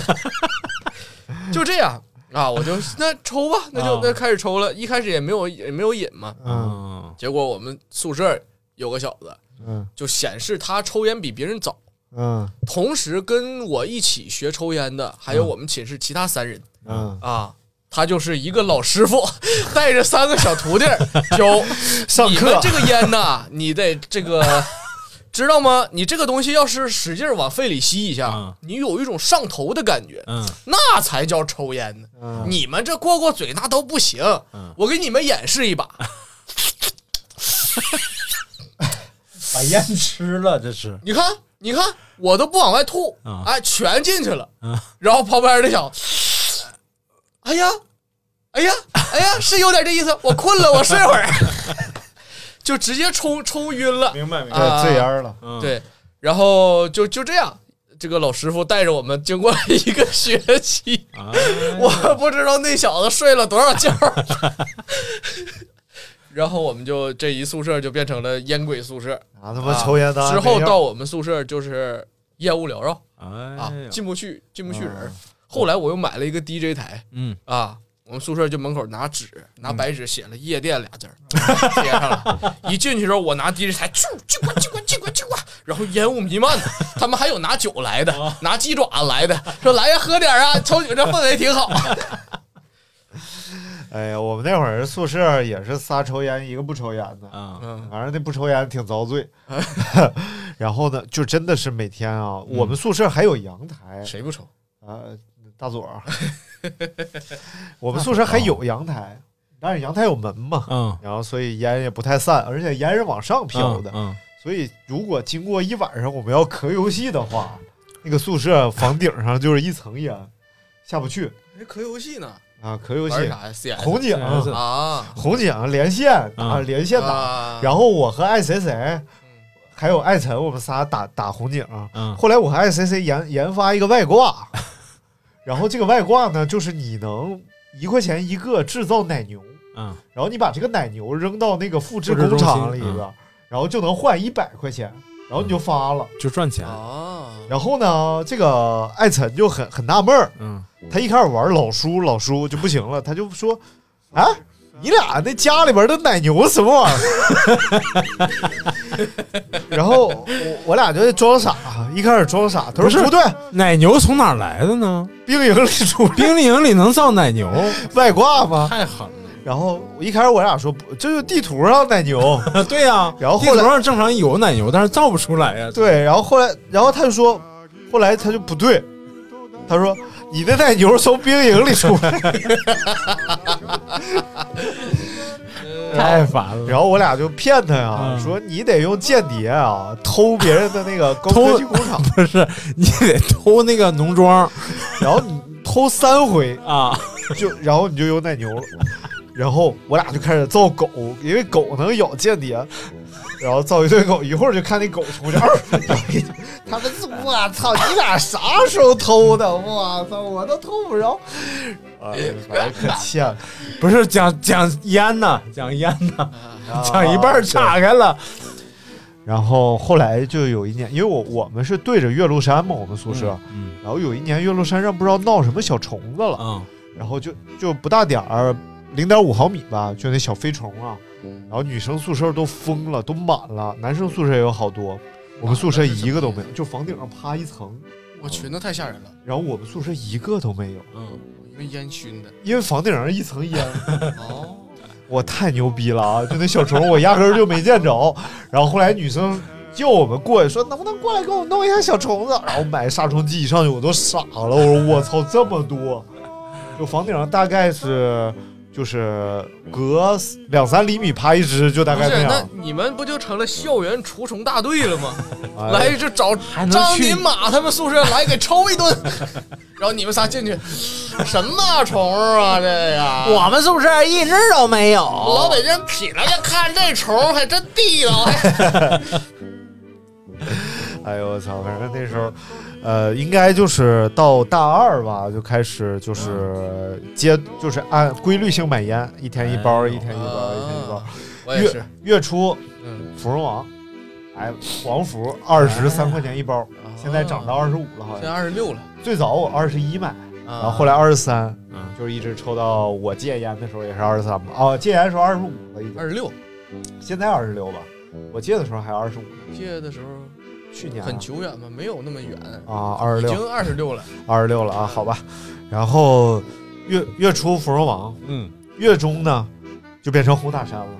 就这样啊，我就那抽吧，那就那开始抽了。一开始也没有也没有瘾嘛，嗯。结果我们宿舍有个小子，嗯，就显示他抽烟比别人早，嗯。同时跟我一起学抽烟的还有我们寝室其他三人，嗯啊，他就是一个老师傅，带着三个小徒弟教上课。你们这个烟呐，你得这个知道吗？你这个东西要是使劲往肺里吸一下，嗯、你有一种上头的感觉， 嗯， 那才叫抽烟呢。嗯、你们这过过嘴那都不行，嗯、我给你们演示一把。 把烟吃了，这是你看，你看，我都不往外吐，嗯、哎，全进去了。嗯、然后旁边的小子，哎呀，哎呀，哎呀，是有点这意思。我困了，我睡会儿，就直接冲冲晕了。 明白明白， 啊、醉烟了。 嗯、对，然后就就这样，这个老师傅带着我们经过了一个学期，哎、我不知道那小子睡了多少觉。然后我们就这一宿舍就变成了烟鬼宿舍啊！他妈抽烟的、 啊、之后到我们宿舍就是烟雾缭绕， 哎啊，进不去，进不去人。嗯、后来我又买了一个 D J 台， 嗯啊，我们宿舍就门口拿纸，拿白纸写了夜店俩字儿，嗯、贴上了。一进去之后，我拿 D J 台，啾叽呱叽呱叽呱叽呱，然后烟雾弥漫的。他们还有拿酒来的，啊、拿鸡爪来的，说来呀喝点啊，抽酒这氛围挺好。 哎呀，我们那会儿宿舍也是仨抽烟，一个不抽烟的啊。嗯，反正那不抽烟挺遭罪。然后呢，就真的是每天啊，嗯、我们宿舍还有阳台。 谁不抽啊？大左。我们宿舍还有阳台，但是阳台有门嘛，嗯，然后所以烟也不太散，而且烟是往上飘的，嗯，嗯所以如果经过一晚上我们要磕游戏的话，那个宿舍房顶上就是一层烟，下不去。 哎，磕游戏呢？ 啊，可游戏啥呀？ 红警啊， 红警连线啊，连线打。啊、然后我和爱谁谁，嗯、还有爱晨，我们仨打打红警。嗯、后来我和爱谁谁研研发一个外挂，然后这个外挂呢，就是你能一块钱一个制造奶牛，嗯，然后你把这个奶牛扔到那个复制工厂里边，嗯、然后就能换一百块钱。然后你就发了， 就赚钱啊。 然后呢，这个爱晨就很很纳闷儿，嗯，他一开始玩老叔老叔就不行了，他就说，啊，你俩那家里边的奶牛什么玩意儿？然后我我俩就装傻，一开始装傻，他说不对， 奶牛从哪来的呢？ 兵营里出， 兵营里能造奶牛？ 外挂吗？ 太狠了。 然后一开始我俩说，这就地图上奶牛， 对呀、啊。 然后后来地图上正常有奶牛，但是造不出来呀。 对，然后后来，然后他就说，后来他就不对，他说你的奶牛从兵营里出来， 太烦了。 然后我俩就骗他呀，嗯、说你得用间谍啊偷别人的那个高科技工厂， 不是你得偷那个农庄， 然后你偷三回啊， 就然后你就有奶牛了。然后我俩就开始造狗，因为狗能咬间谍，然后造一堆狗，一会儿就看那狗出去，他们我操，你俩啥时候偷的？我操，我都偷不着。哎，反正可欠， 不是讲讲烟呢，讲烟呢，讲一半岔开了。 然后后来就有一年，因为我我们是对着岳麓山嘛，我们宿舍，嗯嗯、然后有一年岳麓山上不知道闹什么小虫子了，嗯、然后就就不大点儿。零点五毫米吧，就那小飞虫啊，然后女生宿舍都封了，都满了，男生宿舍也有好多，我们宿舍一个都没有，就房顶上趴一层， 我去，那太吓人了。 然后我们宿舍一个都没有， 嗯，因为烟熏的， 因为房顶上一层烟。哦，我太牛逼了啊！就那小虫，我压根儿就没见着。然后后来女生叫我们过去，说能不能过来给我弄一下小虫子，然后买杀虫剂一上去，我都傻了，我说我操，这么多！就房顶上大概是。就是隔两三厘米爬一只，就大概那样。 那你们不就成了校园除虫大队了吗？哎、来这找张林马他们宿舍来给抽一顿，然后你们仨进去，什么虫啊这呀？ 我们宿舍一只都没有。 老北京起来就看这虫还真地道。 哎呦我操！反正那时候。呃，应该就是到大二吧，就开始就是接，就是按规律性买烟，一天一包，哎、一天一包，啊、一天一包。 我也是。 月初，嗯，芙蓉王，哎，黄福二十三块钱一包，哎、现在涨到二十五了，好像。 现在二十六了。 最早我二十一买，啊、然后后来二十三，嗯，就是一直抽到我戒烟的时候也是二十三嘛。哦，戒烟的时候二十五了，已经。 二十六。 现在二十六吧，我戒的时候还二十五。 戒的时候。 去年、啊、 很久远吗？没有那么远啊，二十六， 已经二十六了， 二十六了啊，好吧。然后月月初芙蓉王，嗯，月中呢就变成红塔山了，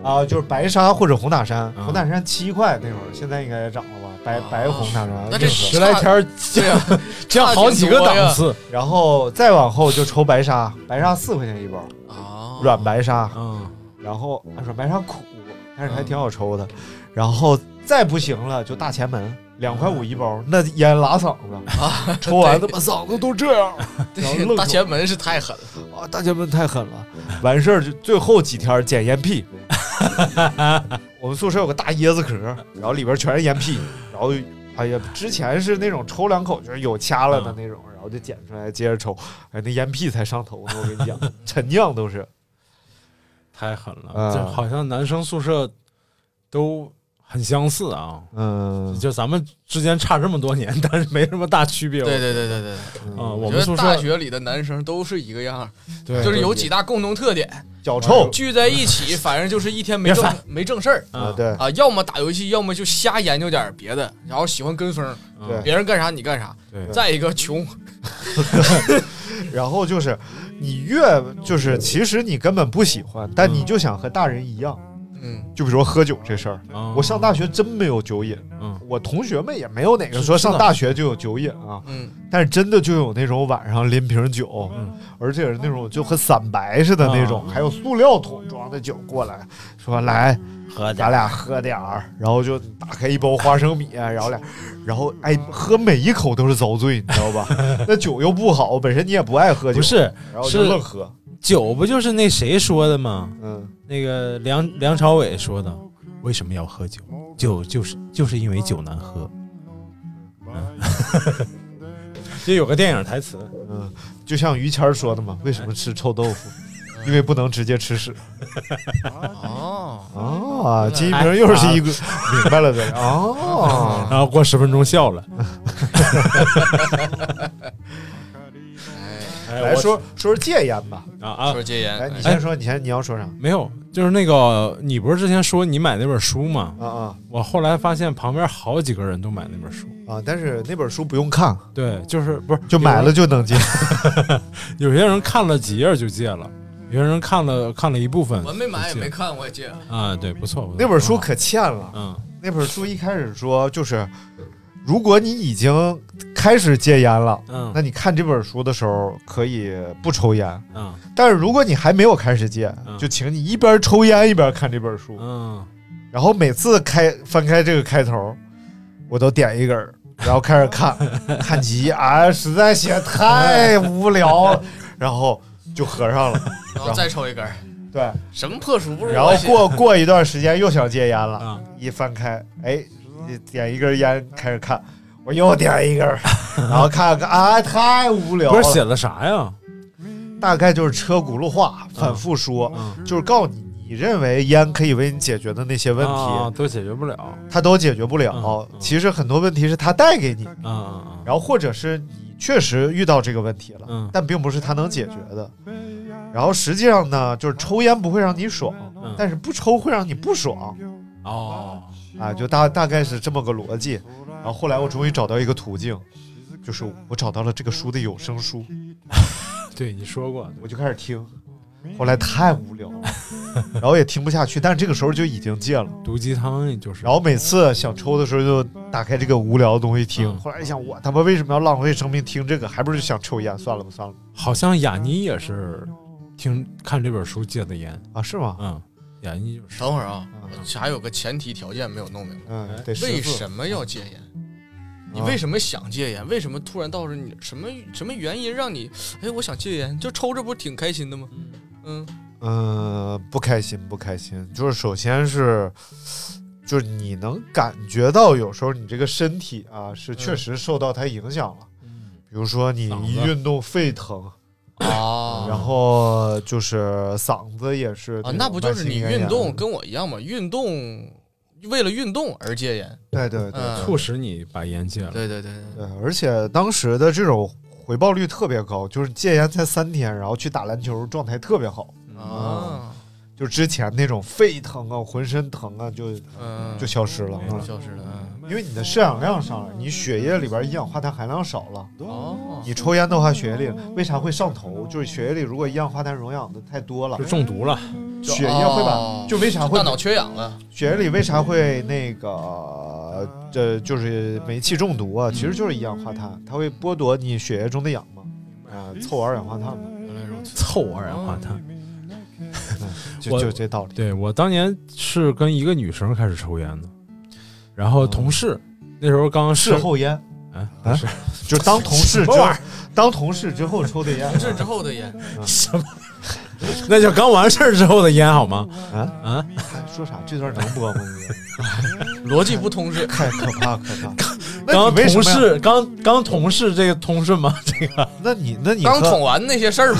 啊，就是白沙或者红塔山，红塔山七块那会儿，现在应该也涨了吧？白白红塔山， 那这十来天， 对呀， 这样好几个档次。 然后再往后就抽白沙，白沙四块钱一包啊， 软白沙， 嗯， 然后软白沙苦，但是还挺好抽的。然后再不行了，就大前门。两块五一包，那烟拉嗓子啊！抽完他妈嗓子都这样。 大前门是太狠了啊！大前门太狠了，完事儿就最后几天捡烟屁。我们宿舍有个大椰子壳，然后里边全是烟屁，然后哎呀，之前是那种抽两口就是有掐了的那种，然后就捡出来接着抽，哎，那烟屁才上头呢。我跟你讲，陈酿都是太狠了，嗯、这好像男生宿舍都。很相似啊，嗯，就咱们之间差这么多年，但是没什么大区别。 对对对对对， 嗯，我们宿舍大学里的男生都是一个样， 对， 就是有几大共同特点： 脚臭， 聚在一起，反正就是一天没正没正事儿啊，对啊，要么打游戏，要么就瞎研究点别的，然后喜欢跟风， 对， 别人干啥你干啥。 对， 再一个穷， 然后就是你越就是其实你根本不喜欢，但你就想和大人一样。嗯，就比如说喝酒这事儿、嗯，我上大学真没有酒瘾，嗯，我同学们也没有哪个说上大学就有酒瘾啊，嗯，但是真的就有那种晚上拎瓶酒，嗯，而且是那种就和散白似的那种，嗯、还有塑料桶装的酒过来，说来喝，咱俩喝点儿，然后就打开一包花生米，然后俩，然后哎，喝每一口都是遭罪，你知道吧？那酒又不好，本身你也不爱喝酒， 不是， 然后就愣喝。 酒不就是那谁说的吗？嗯，那个梁梁朝伟说的，为什么要喝酒？酒就是就是因为酒难喝。嗯，就有个电影台词， 嗯，就像于谦说的嘛，为什么吃臭豆腐？因为不能直接吃屎。 哦哦，金一平又是一个、哎、明白了的哦， 然后过十分钟笑了。 来说说戒烟吧啊啊！说戒烟， 来你先说，你先你要说啥？ 没有，就是那个你不是之前说你买那本书吗？ 啊啊！ 我后来发现旁边好几个人都买那本书啊，但是那本书不用看， 对，就是不是就买了就能戒。 有些人看了几页就戒了，有些人看了看了一部分， 我没买也没看，我也戒了啊。对，不错，不错那本书可欠了。嗯，那本书一开始说就是。如果你已经开始戒烟了，嗯，那你看这本书的时候可以不抽烟，嗯，但是如果你还没有开始戒，嗯、就请你一边抽烟一边看这本书，嗯，然后每次开翻开这个开头，我都点一根，然后开始看，看急啊，实在写太无聊了，然后就合上了， 然后再抽一根， 对， 什么破书不是？ 然后过过一段时间又想戒烟了，嗯、一翻开，哎。点一根烟开始看，我又点一根，然后看看啊，太无聊了。 不是写了啥呀？ 大概就是车轱辘话，反复说，嗯嗯、就是告诉你，你认为烟可以为你解决的那些问题， 啊、都解决不了， 它都解决不了。嗯嗯、其实很多问题是它带给你， 嗯、 然后或者是你确实遇到这个问题了，嗯、但并不是它能解决的。然后实际上呢，就是抽烟不会让你爽，嗯、但是不抽会让你不爽。 哦。 啊，就大大概是这么个逻辑，然后后来我终于找到一个途径，就是我找到了这个书的有声书。 对你说过， 我就开始听，后来太无聊了，然后也听不下去，但是这个时候就已经戒了， 毒鸡汤也就是。 然后每次想抽的时候就打开这个无聊的东西听，嗯、后来一想，我他妈为什么要浪费生命听这个？还不是想抽烟，算了吧，算了吧。 好像雅妮也是听看这本书戒的烟啊？是吗？ 嗯。烟就是、 等会儿啊，我还有个前提条件没有弄明白， 嗯，得为什么要戒烟？你为什么想戒烟？为什么突然到时你什么什么原因让你哎，我想戒烟？就抽着不是挺开心的吗？ 嗯嗯、呃，不开心不开心，就是首先是，就是你能感觉到有时候你这个身体啊是确实受到它影响了，嗯，比如说你一运动肺疼。 啊， 然后就是嗓子也是啊，那不就是你运动跟我一样吗？运动为了运动而戒烟， 对对对， 嗯、促使你把烟戒了。 对对对对, 对，而且当时的这种回报率特别高，就是戒烟才三天，然后去打篮球，状态特别好啊。就之前那种肺疼啊、浑身疼啊，就、嗯、就消失了， 消失了。 因为你的摄氧量上来，你血液里边一氧化碳含量少了。 哦， 你抽烟的话，血液里为啥会上头？就是血液里如果一氧化碳溶氧的太多了， 就中毒了。 血液会把， 哦、 就为啥会大脑缺氧了？ 血液里为啥会那个，这就是煤气中毒啊？其实就是一氧化碳，它会剥夺你血液中的氧嘛，啊、呃，凑二氧化碳嘛。 凑二氧化碳。 就就这道理。 对，我当年是跟一个女生开始抽烟的，然后同事、哦、那时候刚事后烟， 啊，不是， 就当同事之后，当同事之后抽的烟， 同事之后的烟， 啊、 什么？那就刚完事儿之后的烟好吗？ 啊啊！说啥？这段能播吗？ 逻辑不通顺， 太可怕可怕。 刚同事，刚刚同事这个通顺吗？这个？ 那你那你刚捅完那些事儿吗？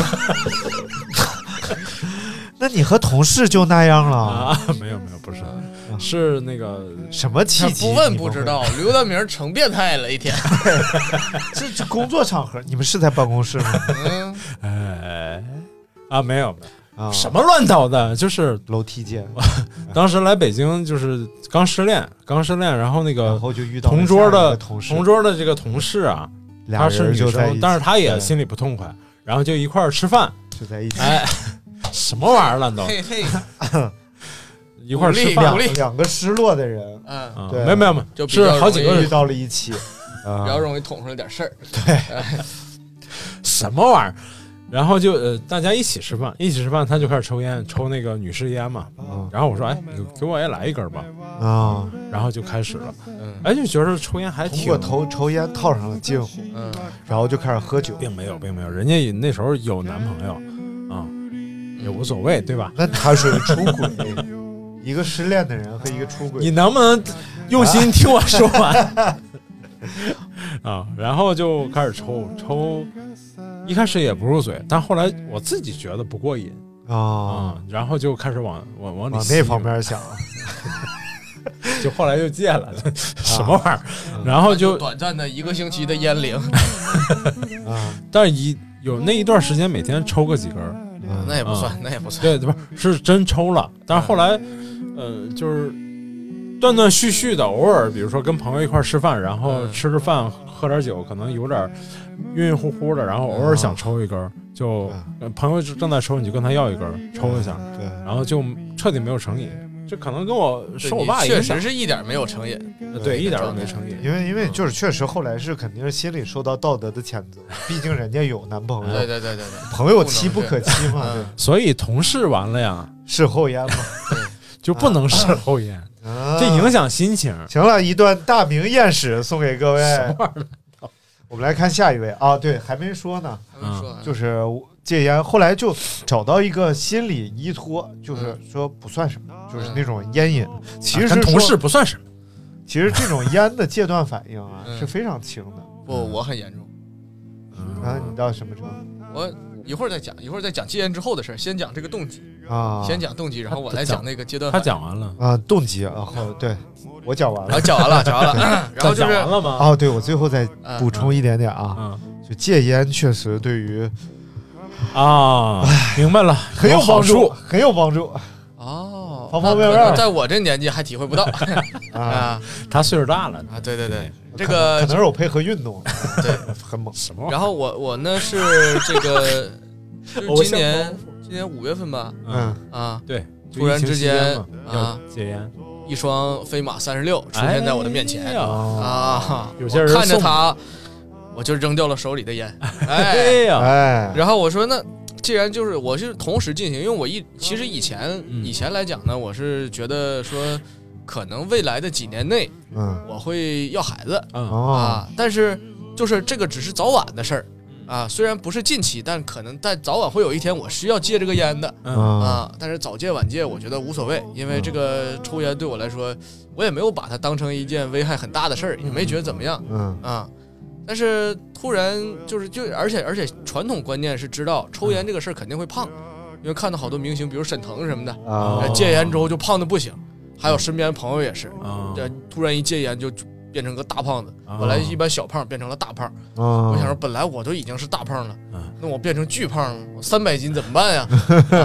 那你和同事就那样了啊？没有没有，不是，是那个什么契机？ 不问不知道。刘大明成变态了一天。 这这工作场合，你们是在办公室吗？ 嗯， 哎，啊没有没有， 啊什么乱倒的，就是楼梯间。 当时来北京就是刚失恋，刚失恋，然后那个然后就遇到同桌的同事同桌的这个同事啊，她是女生，但是她也心里不痛快，然后就一块儿吃饭， 就在一起。 哎。什么玩意儿了都？ 嘿嘿， 一块吃饭， 两两个失落的人， 嗯， 对， 没有没有没有，是好几个遇到了一起， 比较容易捅出来点事儿。 对， 什么玩意儿？然后就呃，大家一起吃饭，一起吃饭，他就开始抽烟，抽那个女士烟嘛。 嗯、 然后我说，哎，你给我也来一根吧。 啊， 然后就开始了。 嗯， 哎，就觉得抽烟还挺。 通过抽抽烟套上了近乎， 嗯， 然后就开始喝酒， 并没有，并没有，人家那时候有男朋友，啊、嗯，也无所谓，对吧？ 那他属于出轨，一个失恋的人和一个出轨， 你能不能用心听我说完？啊，然后就开始抽抽，一开始也不入嘴，但后来我自己觉得不过瘾啊、 哦嗯，然后就开始往往往里往那方面想， 就后来就戒了，什么玩意儿？啊、然后就短暂的一个星期的烟龄啊，但是一有那一段时间每天抽个几根， 嗯、那也不算，嗯、那也不算， 对对吧？是真抽了，但是后来，呃，就是断断续续的，偶尔比如说跟朋友一块吃饭，然后吃着饭喝点酒，可能有点晕晕乎乎的，然后偶尔想抽一根，就朋友正在抽，你就跟他要一根抽一下， 对， 然后就彻底没有成瘾。这可能跟我受我爸影响， 确实是一点没有成瘾， 对，一点都没成瘾。 因为因为就是确实后来是肯定是心里受到道德的谴责，毕竟人家有男朋友， 对对对对对， 朋友妻不可欺嘛， 嗯、 所以同事完了呀， 事后烟嘛， 就不能事后烟，啊、这影响心情。 行了，一段大明艳史送给各位。我们来看下一位啊，对，还没说呢， 嗯、 就是戒烟，后来就找到一个心理依托，就是说不算什么，就是那种烟瘾，其实、 啊、跟同事不算什么。 其实这种烟的戒断反应啊、 嗯、 是非常轻的。 不，我很严重。 啊，你到什么程度？ 我一会儿再讲，一会儿再讲戒烟之后的事儿，先讲这个动机啊， 先讲动机，然后我来讲那个阶段。 他讲完了啊，动机啊，后对我讲完了， 啊，讲完了，讲完了，然后就是讲完了吗？ 哦，对，我最后再补充一点点啊， 嗯， 就戒烟确实对于啊，明白了， 很有帮助，很有帮助。 哦， 方方面面， 在我这年纪还体会不到啊， 他岁数大了啊，对对对，这个可能是我配合运动， 对， 很猛。 什么？ 然后我我呢是这个，就是今年今年五月份吧， 嗯啊， 对， 突然之间啊戒烟， 一双飞马三十六出现在我的面前啊， 有些人看着他，我就扔掉了手里的烟，哎呀， 哎， 然后我说那。既然就是我是同时进行，因为我一其实以前、嗯、以前来讲呢，我是觉得说，可能未来的几年内， 嗯， 我会要孩子、 嗯、 啊，但是就是这个只是早晚的事儿啊，虽然不是近期，但可能在早晚会有一天我是要戒这个烟的、 嗯、 啊，但是早戒晚戒我觉得无所谓，因为这个抽烟对我来说，我也没有把它当成一件危害很大的事儿，也没觉得怎么样， 嗯啊。但是突然就是就而且而且传统观念是知道抽烟这个事儿肯定会胖，因为看到好多明星，比如沈腾什么的， 啊， 戒烟之后就胖的不行，还有身边朋友也是， 啊， 突然一戒烟就变成个大胖子，本来一般小胖变成了大胖， 啊， 我想说本来我都已经是大胖了，那我变成巨胖了，三百斤怎么办呀？啊，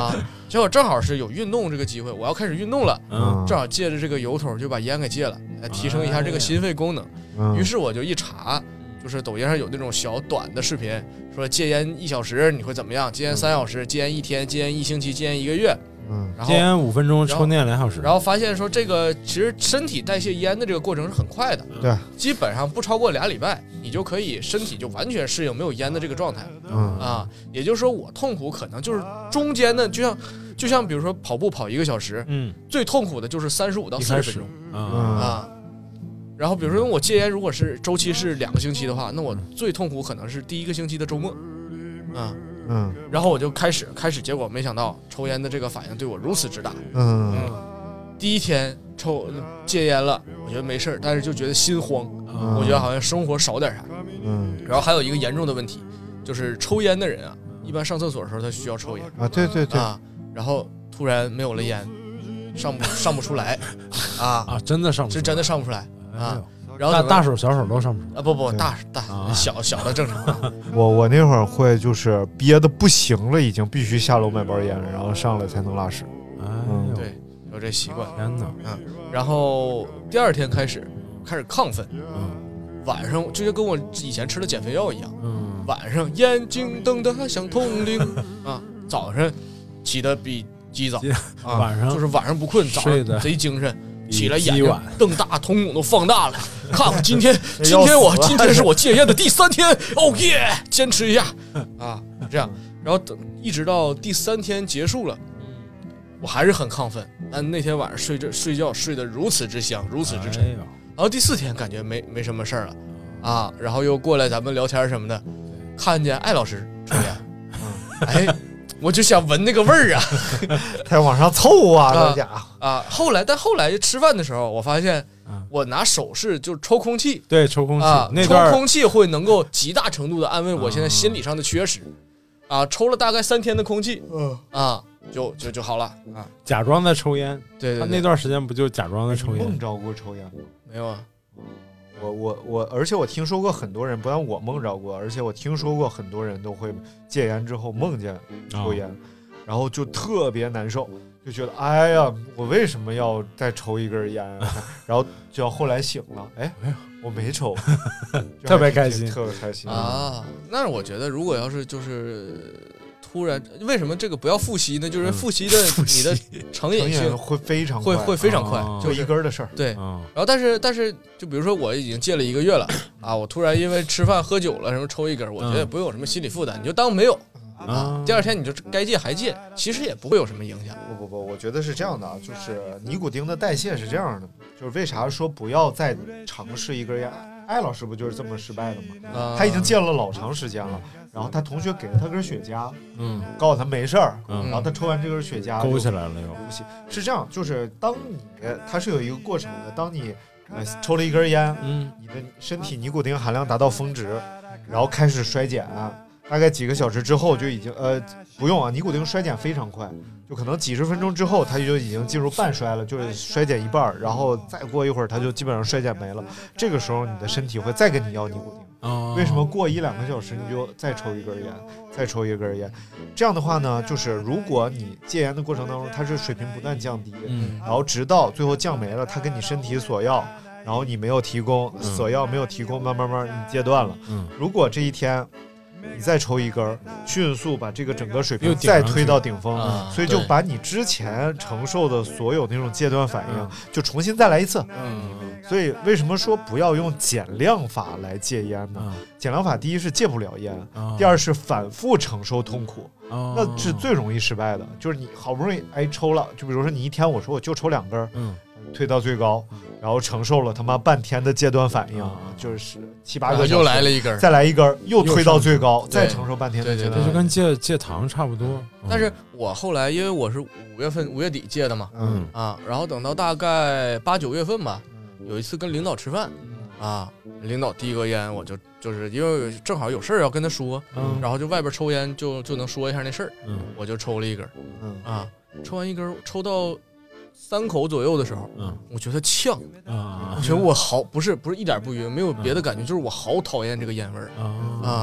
结果正好是有运动这个机会，我要开始运动了， 嗯， 正好借着这个由头就把烟给戒了，来提升一下这个心肺功能。 嗯、 于是我就一查，就是抖音上有那种小短的视频，说戒烟一小时你会怎么样？戒烟三小时，戒烟一天，戒烟一星期，戒烟一个月。 嗯， 然后戒烟五分钟，抽烟两小时。 然后发现说，这个其实身体代谢烟的这个过程是很快的， 对， 基本上不超过俩礼拜，你就可以身体就完全适应没有烟的这个状态。 嗯啊，也就是说我痛苦可能就是中间的，就像就像比如说跑步跑一个小时， 嗯， 最痛苦的就是三十五到四十分钟， 嗯啊。然后比如说我戒烟，如果是周期是两个星期的话，那我最痛苦可能是第一个星期的周末，啊。 嗯， 然后我就开始开始，结果没想到抽烟的这个反应对我如此之大。 嗯， 嗯第一天抽戒烟了，我觉得没事，但是就觉得心慌， 嗯、 我觉得好像生活少点啥。 嗯， 然后还有一个严重的问题，就是抽烟的人啊，一般上厕所的时候他需要抽烟啊，对对对啊，然后突然没有了烟，上不上不出来啊啊，真的上不出来， 是真的上不出来啊。 哎然后大大手小手都上不出来啊！不不，大大、啊、小小的正常。 我我那会儿会就是憋的不行了，已经必须下楼买包烟，然后上来才能拉屎。 嗯， 对，有这习惯。 天哪！ 嗯，然后第二天开始开始亢奋， 嗯， 晚上就像跟我以前吃的减肥药一样， 嗯， 晚上眼睛瞪得像铜铃啊，早上起得比鸡早啊， 晚上就是晚上不困，早上贼精神。起来眼睛瞪大，瞳孔都放大了。看我今天，今天我今天是我戒烟的第三天，哦耶！坚持一下啊，这样，然后等一直到第三天结束了，我还是很亢奋。但那天晚上睡着睡觉睡得如此之香，如此之沉。然后第四天感觉没没什么事儿了啊，然后又过来咱们聊天什么的，看见艾老师抽烟，哎。我就想闻那个味儿啊， 他往上凑啊，这家伙啊！后来，但后来吃饭的时候，我发现我拿手势就抽空气， 对，抽空气， 啊、 那段抽空气会能够极大程度的安慰我现在心理上的缺失，啊，抽了大概三天的空气，嗯啊，就就就好了啊。 假装在抽烟， 对对对， 他那段时间不就假装在抽烟？ 梦着过抽烟吗？ 没有啊。 我我我，而且我听说过很多人，不但我梦着过，而且我听说过很多人都会戒烟之后梦见抽烟，哦、然后就特别难受，就觉得哎呀，我为什么要再抽一根烟、啊？然后就要后来醒了，哎，我没抽， 特别开心， 特别开心啊！那我觉得，如果要是就是突然，为什么这个不要复吸呢？就是复吸的你的成瘾性会非常快会会非常快， 哦、 就一根的事儿。 对， 哦、 然后但是但是，就比如说我已经戒了一个月了啊，我突然因为吃饭喝酒了什么抽一根，我觉得也不用有什么心理负担，你就当没有。啊，第二天你就该戒还戒，其实也不会有什么影响。 不不不，我觉得是这样的啊，就是尼古丁的代谢是这样的，就是为啥说不要再尝试一根烟？艾老师不就是这么失败的吗？啊、他已经戒了老长时间了，然后他同学给了他根雪茄，嗯，告诉他没事儿，嗯，然后他抽完这根雪茄勾起来了又。 是这样，就是当你它是有一个过程的，当你呃抽了一根烟，嗯，你的身体尼古丁含量达到峰值，然后开始衰减。大概几个小时之后就已经呃不用啊，尼古丁衰减非常快，就可能几十分钟之后它就已经进入半衰了，就是衰减一半，然后再过一会儿它就基本上衰减没了。这个时候你的身体会再跟你要尼古丁。哦，为什么过一两个小时你就再抽一根烟，再抽一根烟？这样的话呢，就是如果你戒烟的过程当中它是水平不断降低，嗯，然后直到最后降没了，它跟你身体索要，然后你没有提供索要没有提供，慢慢慢你戒断了。嗯，如果这一天你再抽一根，迅速把这个整个水平再推到顶峰，啊、所以就把你之前承受的所有那种戒断反应、嗯、就重新再来一次。嗯，所以为什么说不要用减量法来戒烟呢？嗯、减量法第一是戒不了烟，嗯、第二是反复承受痛苦，嗯、那是最容易失败的。就是你好不容易哎抽了，就比如说你一天我说我就抽两根，嗯，推到最高。然后承受了他妈半天的戒断反应，啊、就是七八个小时， 又来了一根， 再来一根，又推到最高，再承受半天的戒断， 这就跟戒戒糖差不多。 但是我后来因为我是五月份五月底戒的嘛，嗯啊，然后等到大概八九月份吧，有一次跟领导吃饭，啊，领导递个烟，我就就是因为正好有事儿要跟他说，嗯，然后就外边抽烟就就能说一下那事儿，嗯，我就抽了一根，嗯啊，抽完一根，抽到三口左右的时候，嗯，我觉得呛，啊，我觉得我好不是不是一点不晕，没有别的感觉，就是我好讨厌这个烟味儿，啊，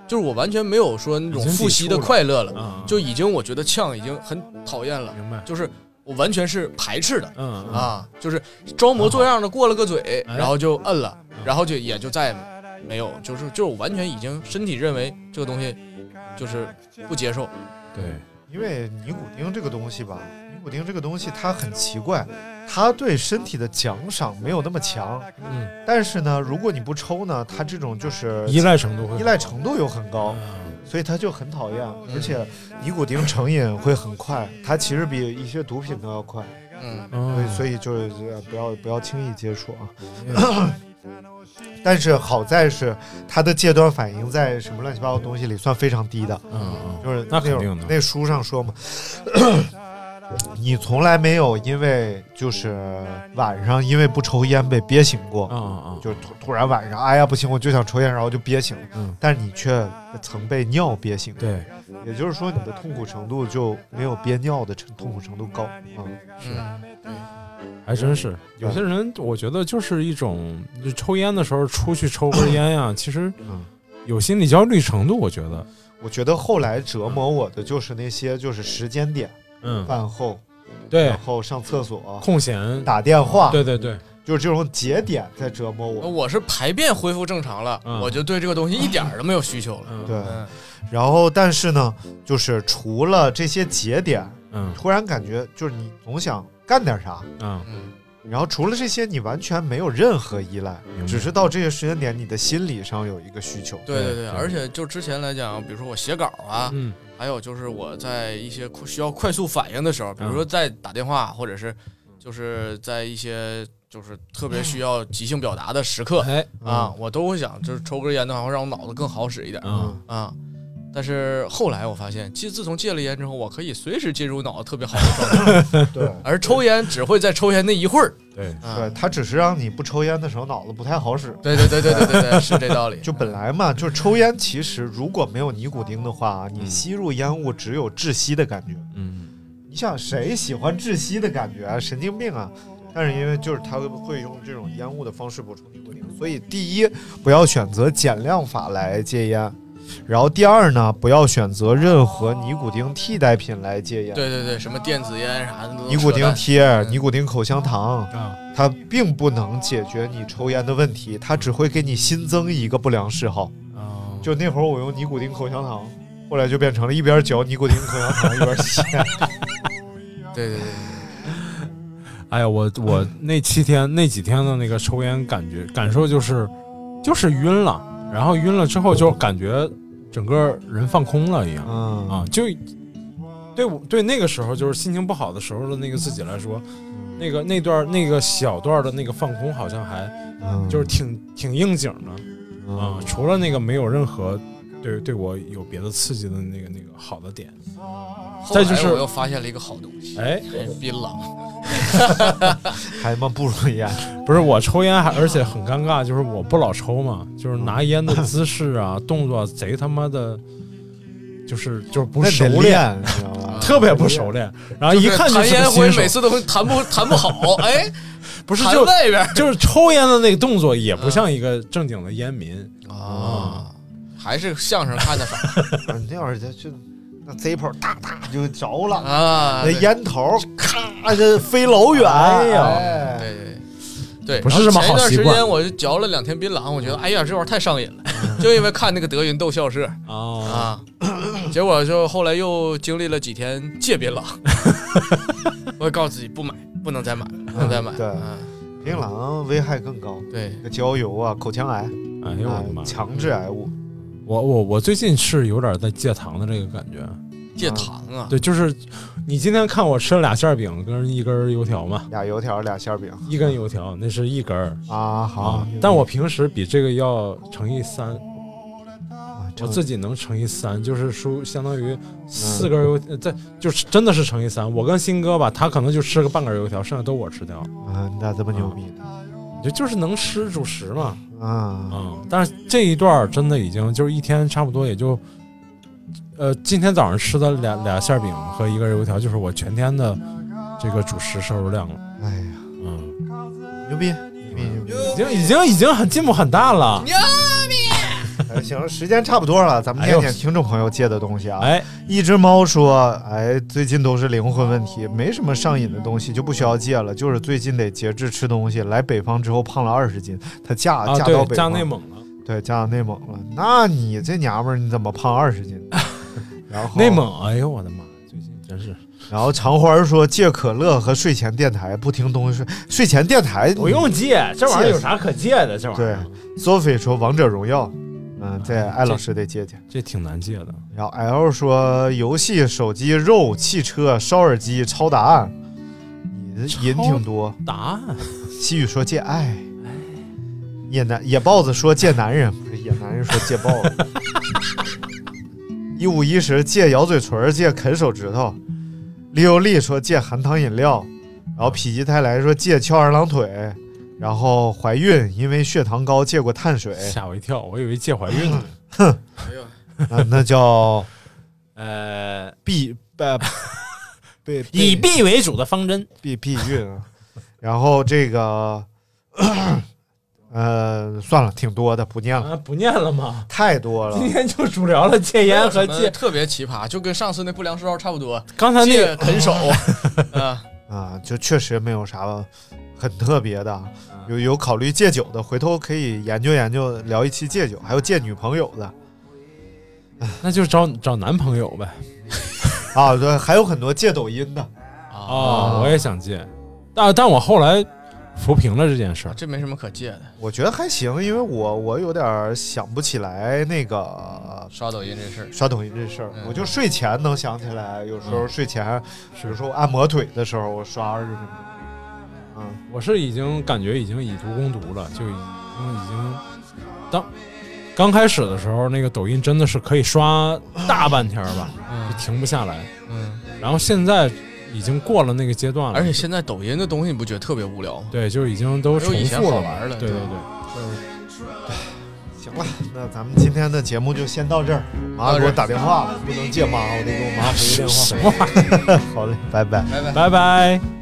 就是我完全没有说那种复吸的快乐了，了就已经我觉得呛已经很讨厌了， 明白？ 就是我完全是排斥的， 嗯嗯啊，就是装模作样的过了个嘴，然后就摁了，然后就也就再也没有，就是就是我完全已经身体认为这个东西就是不接受。 对， 因为尼古丁这个东西吧，尼古丁这个东西它很奇怪，它对身体的奖赏没有那么强， 嗯， 但是呢，如果你不抽呢，它这种就是依赖程度会依赖程度又很高。所以它就很讨厌，而且尼古丁成瘾会很快，它其实比一些毒品都要快， 嗯， 所以所以就是不要不要轻易接触啊。嗯、但是好在是它的戒断反应在什么乱七八糟东西里算非常低的， 嗯， 就是那肯定的。 那书上说嘛，你从来没有因为就是晚上因为不抽烟被憋醒过， 啊啊， 就是突突然晚上，哎呀不行，我就想抽烟，然后就憋醒了。 嗯， 但是你却曾被尿憋醒。 对， 也就是说你的痛苦程度就没有憋尿的痛苦程度高。嗯，是， 对， 还真是。有些人我觉得就是一种，就抽烟的时候出去抽根烟呀，其实有心理焦虑程度。我觉得， 我觉得后来折磨我的就是那些就是时间点。嗯，饭后， 对， 然后上厕所， 空闲打电话， 对对对， 就是这种节点在折磨我。 我是排便恢复正常了，嗯、我就对这个东西一点都没有需求了。 嗯、对、嗯，然后但是呢，就是除了这些节点，嗯，突然感觉就是你总想干点啥，嗯。然后除了这些，你完全没有任何依赖，只是到这些时间点，你的心理上有一个需求。 对对对，而且就之前来讲，比如说我写稿啊，嗯，还有就是我在一些需要快速反应的时候，比如说在打电话，或者是就是在一些就是特别需要即兴表达的时刻，哎啊，我都会想，就是抽根烟的话，会让我脑子更好使一点，嗯啊。但是后来我发现，其实自从戒了烟之后，我可以随时进入脑子特别好的状态。 对， 而抽烟只会在抽烟那一会儿。 对， 啊、 对，它只是让你不抽烟的时候脑子不太好使。 对对对对对对对，是这道理。 就本来嘛，就是抽烟，其实如果没有尼古丁的话，你吸入烟雾只有窒息的感觉。嗯，你想谁喜欢窒息的感觉啊？神经病啊！但是因为就是它会用这种烟雾的方式补充尼古丁，所以第一，不要选择减量法来戒烟。然后第二呢，不要选择任何尼古丁替代品来戒烟。 对对对，什么电子烟啥的， 尼古丁贴、嗯、尼古丁口香糖、嗯，它并不能解决你抽烟的问题，它只会给你新增一个不良嗜好。嗯、就那会儿我用尼古丁口香糖，后来就变成了一边嚼尼古丁口香糖一边吸。 对对对。 哎呀，我我那七天那几天的那个抽烟感觉感受就是就是晕了。然后晕了之后就感觉整个人放空了一样，嗯啊，就对我对那个时候就是心情不好的时候的那个自己来说，那个那段那个小段的那个放空好像还就是挺挺应景的啊，除了那个没有任何对对我有别的刺激的那个那个好的点。 再就是我又发现了一个好东西，哎，槟榔。 还他妈不如烟， 不是我抽烟还而且很尴尬，就是我不老抽嘛，就是拿烟的姿势啊动作贼他妈的，就是就是不熟练， 你知道吧？ 特别不熟练，然后一看就是弹烟灰，每次都弹不弹不好，哎， 不是就外边就是抽烟的那个动作也不像一个正经的烟民啊，还是相声看的少。 你那会儿就。那 Zippo 大大就着了啊！那烟头咔就飞老远，哎呀， 对对对， 不是这么好习惯。 前一段时间我就嚼了两天槟榔，我觉得哎呀这玩意儿太上瘾了，就因为看那个德云逗笑社啊，结果就后来又经历了几天戒槟榔，我也告诉自己不买，不能再买，不能再买。 对，槟榔危害更高， 对， 焦油啊，口腔癌， 哎呦我的妈， 强致癌物。 我我我最近是有点在戒糖的这个感觉， 戒糖啊， 对，就是你今天看我吃了俩馅饼跟一根油条嘛， 俩油条俩馅饼， 一根油条那是一根啊，好、啊， 但我平时比这个要乘以三，啊、我自己能乘以三，就是说相当于四根油，这、嗯、就是真的是乘以三。我跟新哥吧，他可能就吃个半根油条，剩下都我吃掉啊，你咋这么牛逼呢？ 就就是能吃主食嘛。啊嗯，但是这一段真的已经就是一天差不多也就，呃，今天早上吃的俩俩馅饼和一根油条，就是我全天的这个主食摄入量了。 哎呀，嗯，牛逼，牛逼，牛逼， 已经已经已经很进步很大了。 牛逼！ 行，时间差不多了，咱们念念听众朋友借的东西啊。 哎， 一只猫说，哎，最近都是灵魂问题，没什么上瘾的东西就不需要戒了，就是最近得节制吃东西。来北方之后胖了二十斤，他嫁、 啊、 嫁到北方， 嫁内蒙了。 对，嫁到内蒙了。那你这娘们儿你怎么胖二十斤？然后内蒙，哎呦我的妈，最近真是。 然后长花说戒可乐和睡前电台，不听东西睡。睡前电台不用戒，这玩意儿有啥可戒的？这玩意儿。 对 ，Sophie 说王者荣耀，嗯，这艾老师得戒戒， 这挺难戒的。 然后 L 说游戏、手机、肉、汽车、烧耳机、抄答案，你的瘾挺多。 答案。 西语说戒爱，野男野豹子说戒男人，不是野男人说戒豹子。一五一十戒咬嘴唇，戒啃手指头。利欧利说戒含糖饮料，然后否极泰来说戒翘二郎腿，然后怀孕因为血糖高戒过碳水。 吓我一跳，我以为戒怀孕呢。 哼，那那叫呃避呃以避为主的方针， 避避孕啊。然后这个呃算了，挺多的，不念了。 啊、不念了吗？ 太多了。 今天就主聊了戒烟和戒， 特别奇葩，就跟上次那不良嗜好差不多。 刚才那个啃手啊啊，就确实没有啥很特别的。有有考虑戒酒的，回头可以研究研究，聊一期戒酒，还有戒女朋友的。 那就找找男朋友呗。 啊，对，还有很多戒抖音的。 啊，我也想戒，但但我后来扶贫了这件事儿， 这没什么可戒的。 我觉得还行，因为我我有点想不起来那个刷抖音这事儿， 刷抖音这事儿，嗯、我就睡前能想起来，有时候睡前， 嗯、 比如说我按摩腿的时候，我刷二十分钟。 嗯，我是已经感觉已经以毒攻毒了，就已经已经当刚开始的时候，那个抖音真的是可以刷大半天吧，嗯、就停不下来。嗯，然后现在。已经过了那个阶段了， 而且现在抖音的东西你不觉得特别无聊吗？ 对，就已经都重复了玩了。 对对对， 嗯，行了，那咱们今天的节目就先到这儿。妈给我打电话了，不能接妈，我得给我妈回个电话。 什么玩意儿？ 好嘞，拜拜， 拜拜， 拜拜。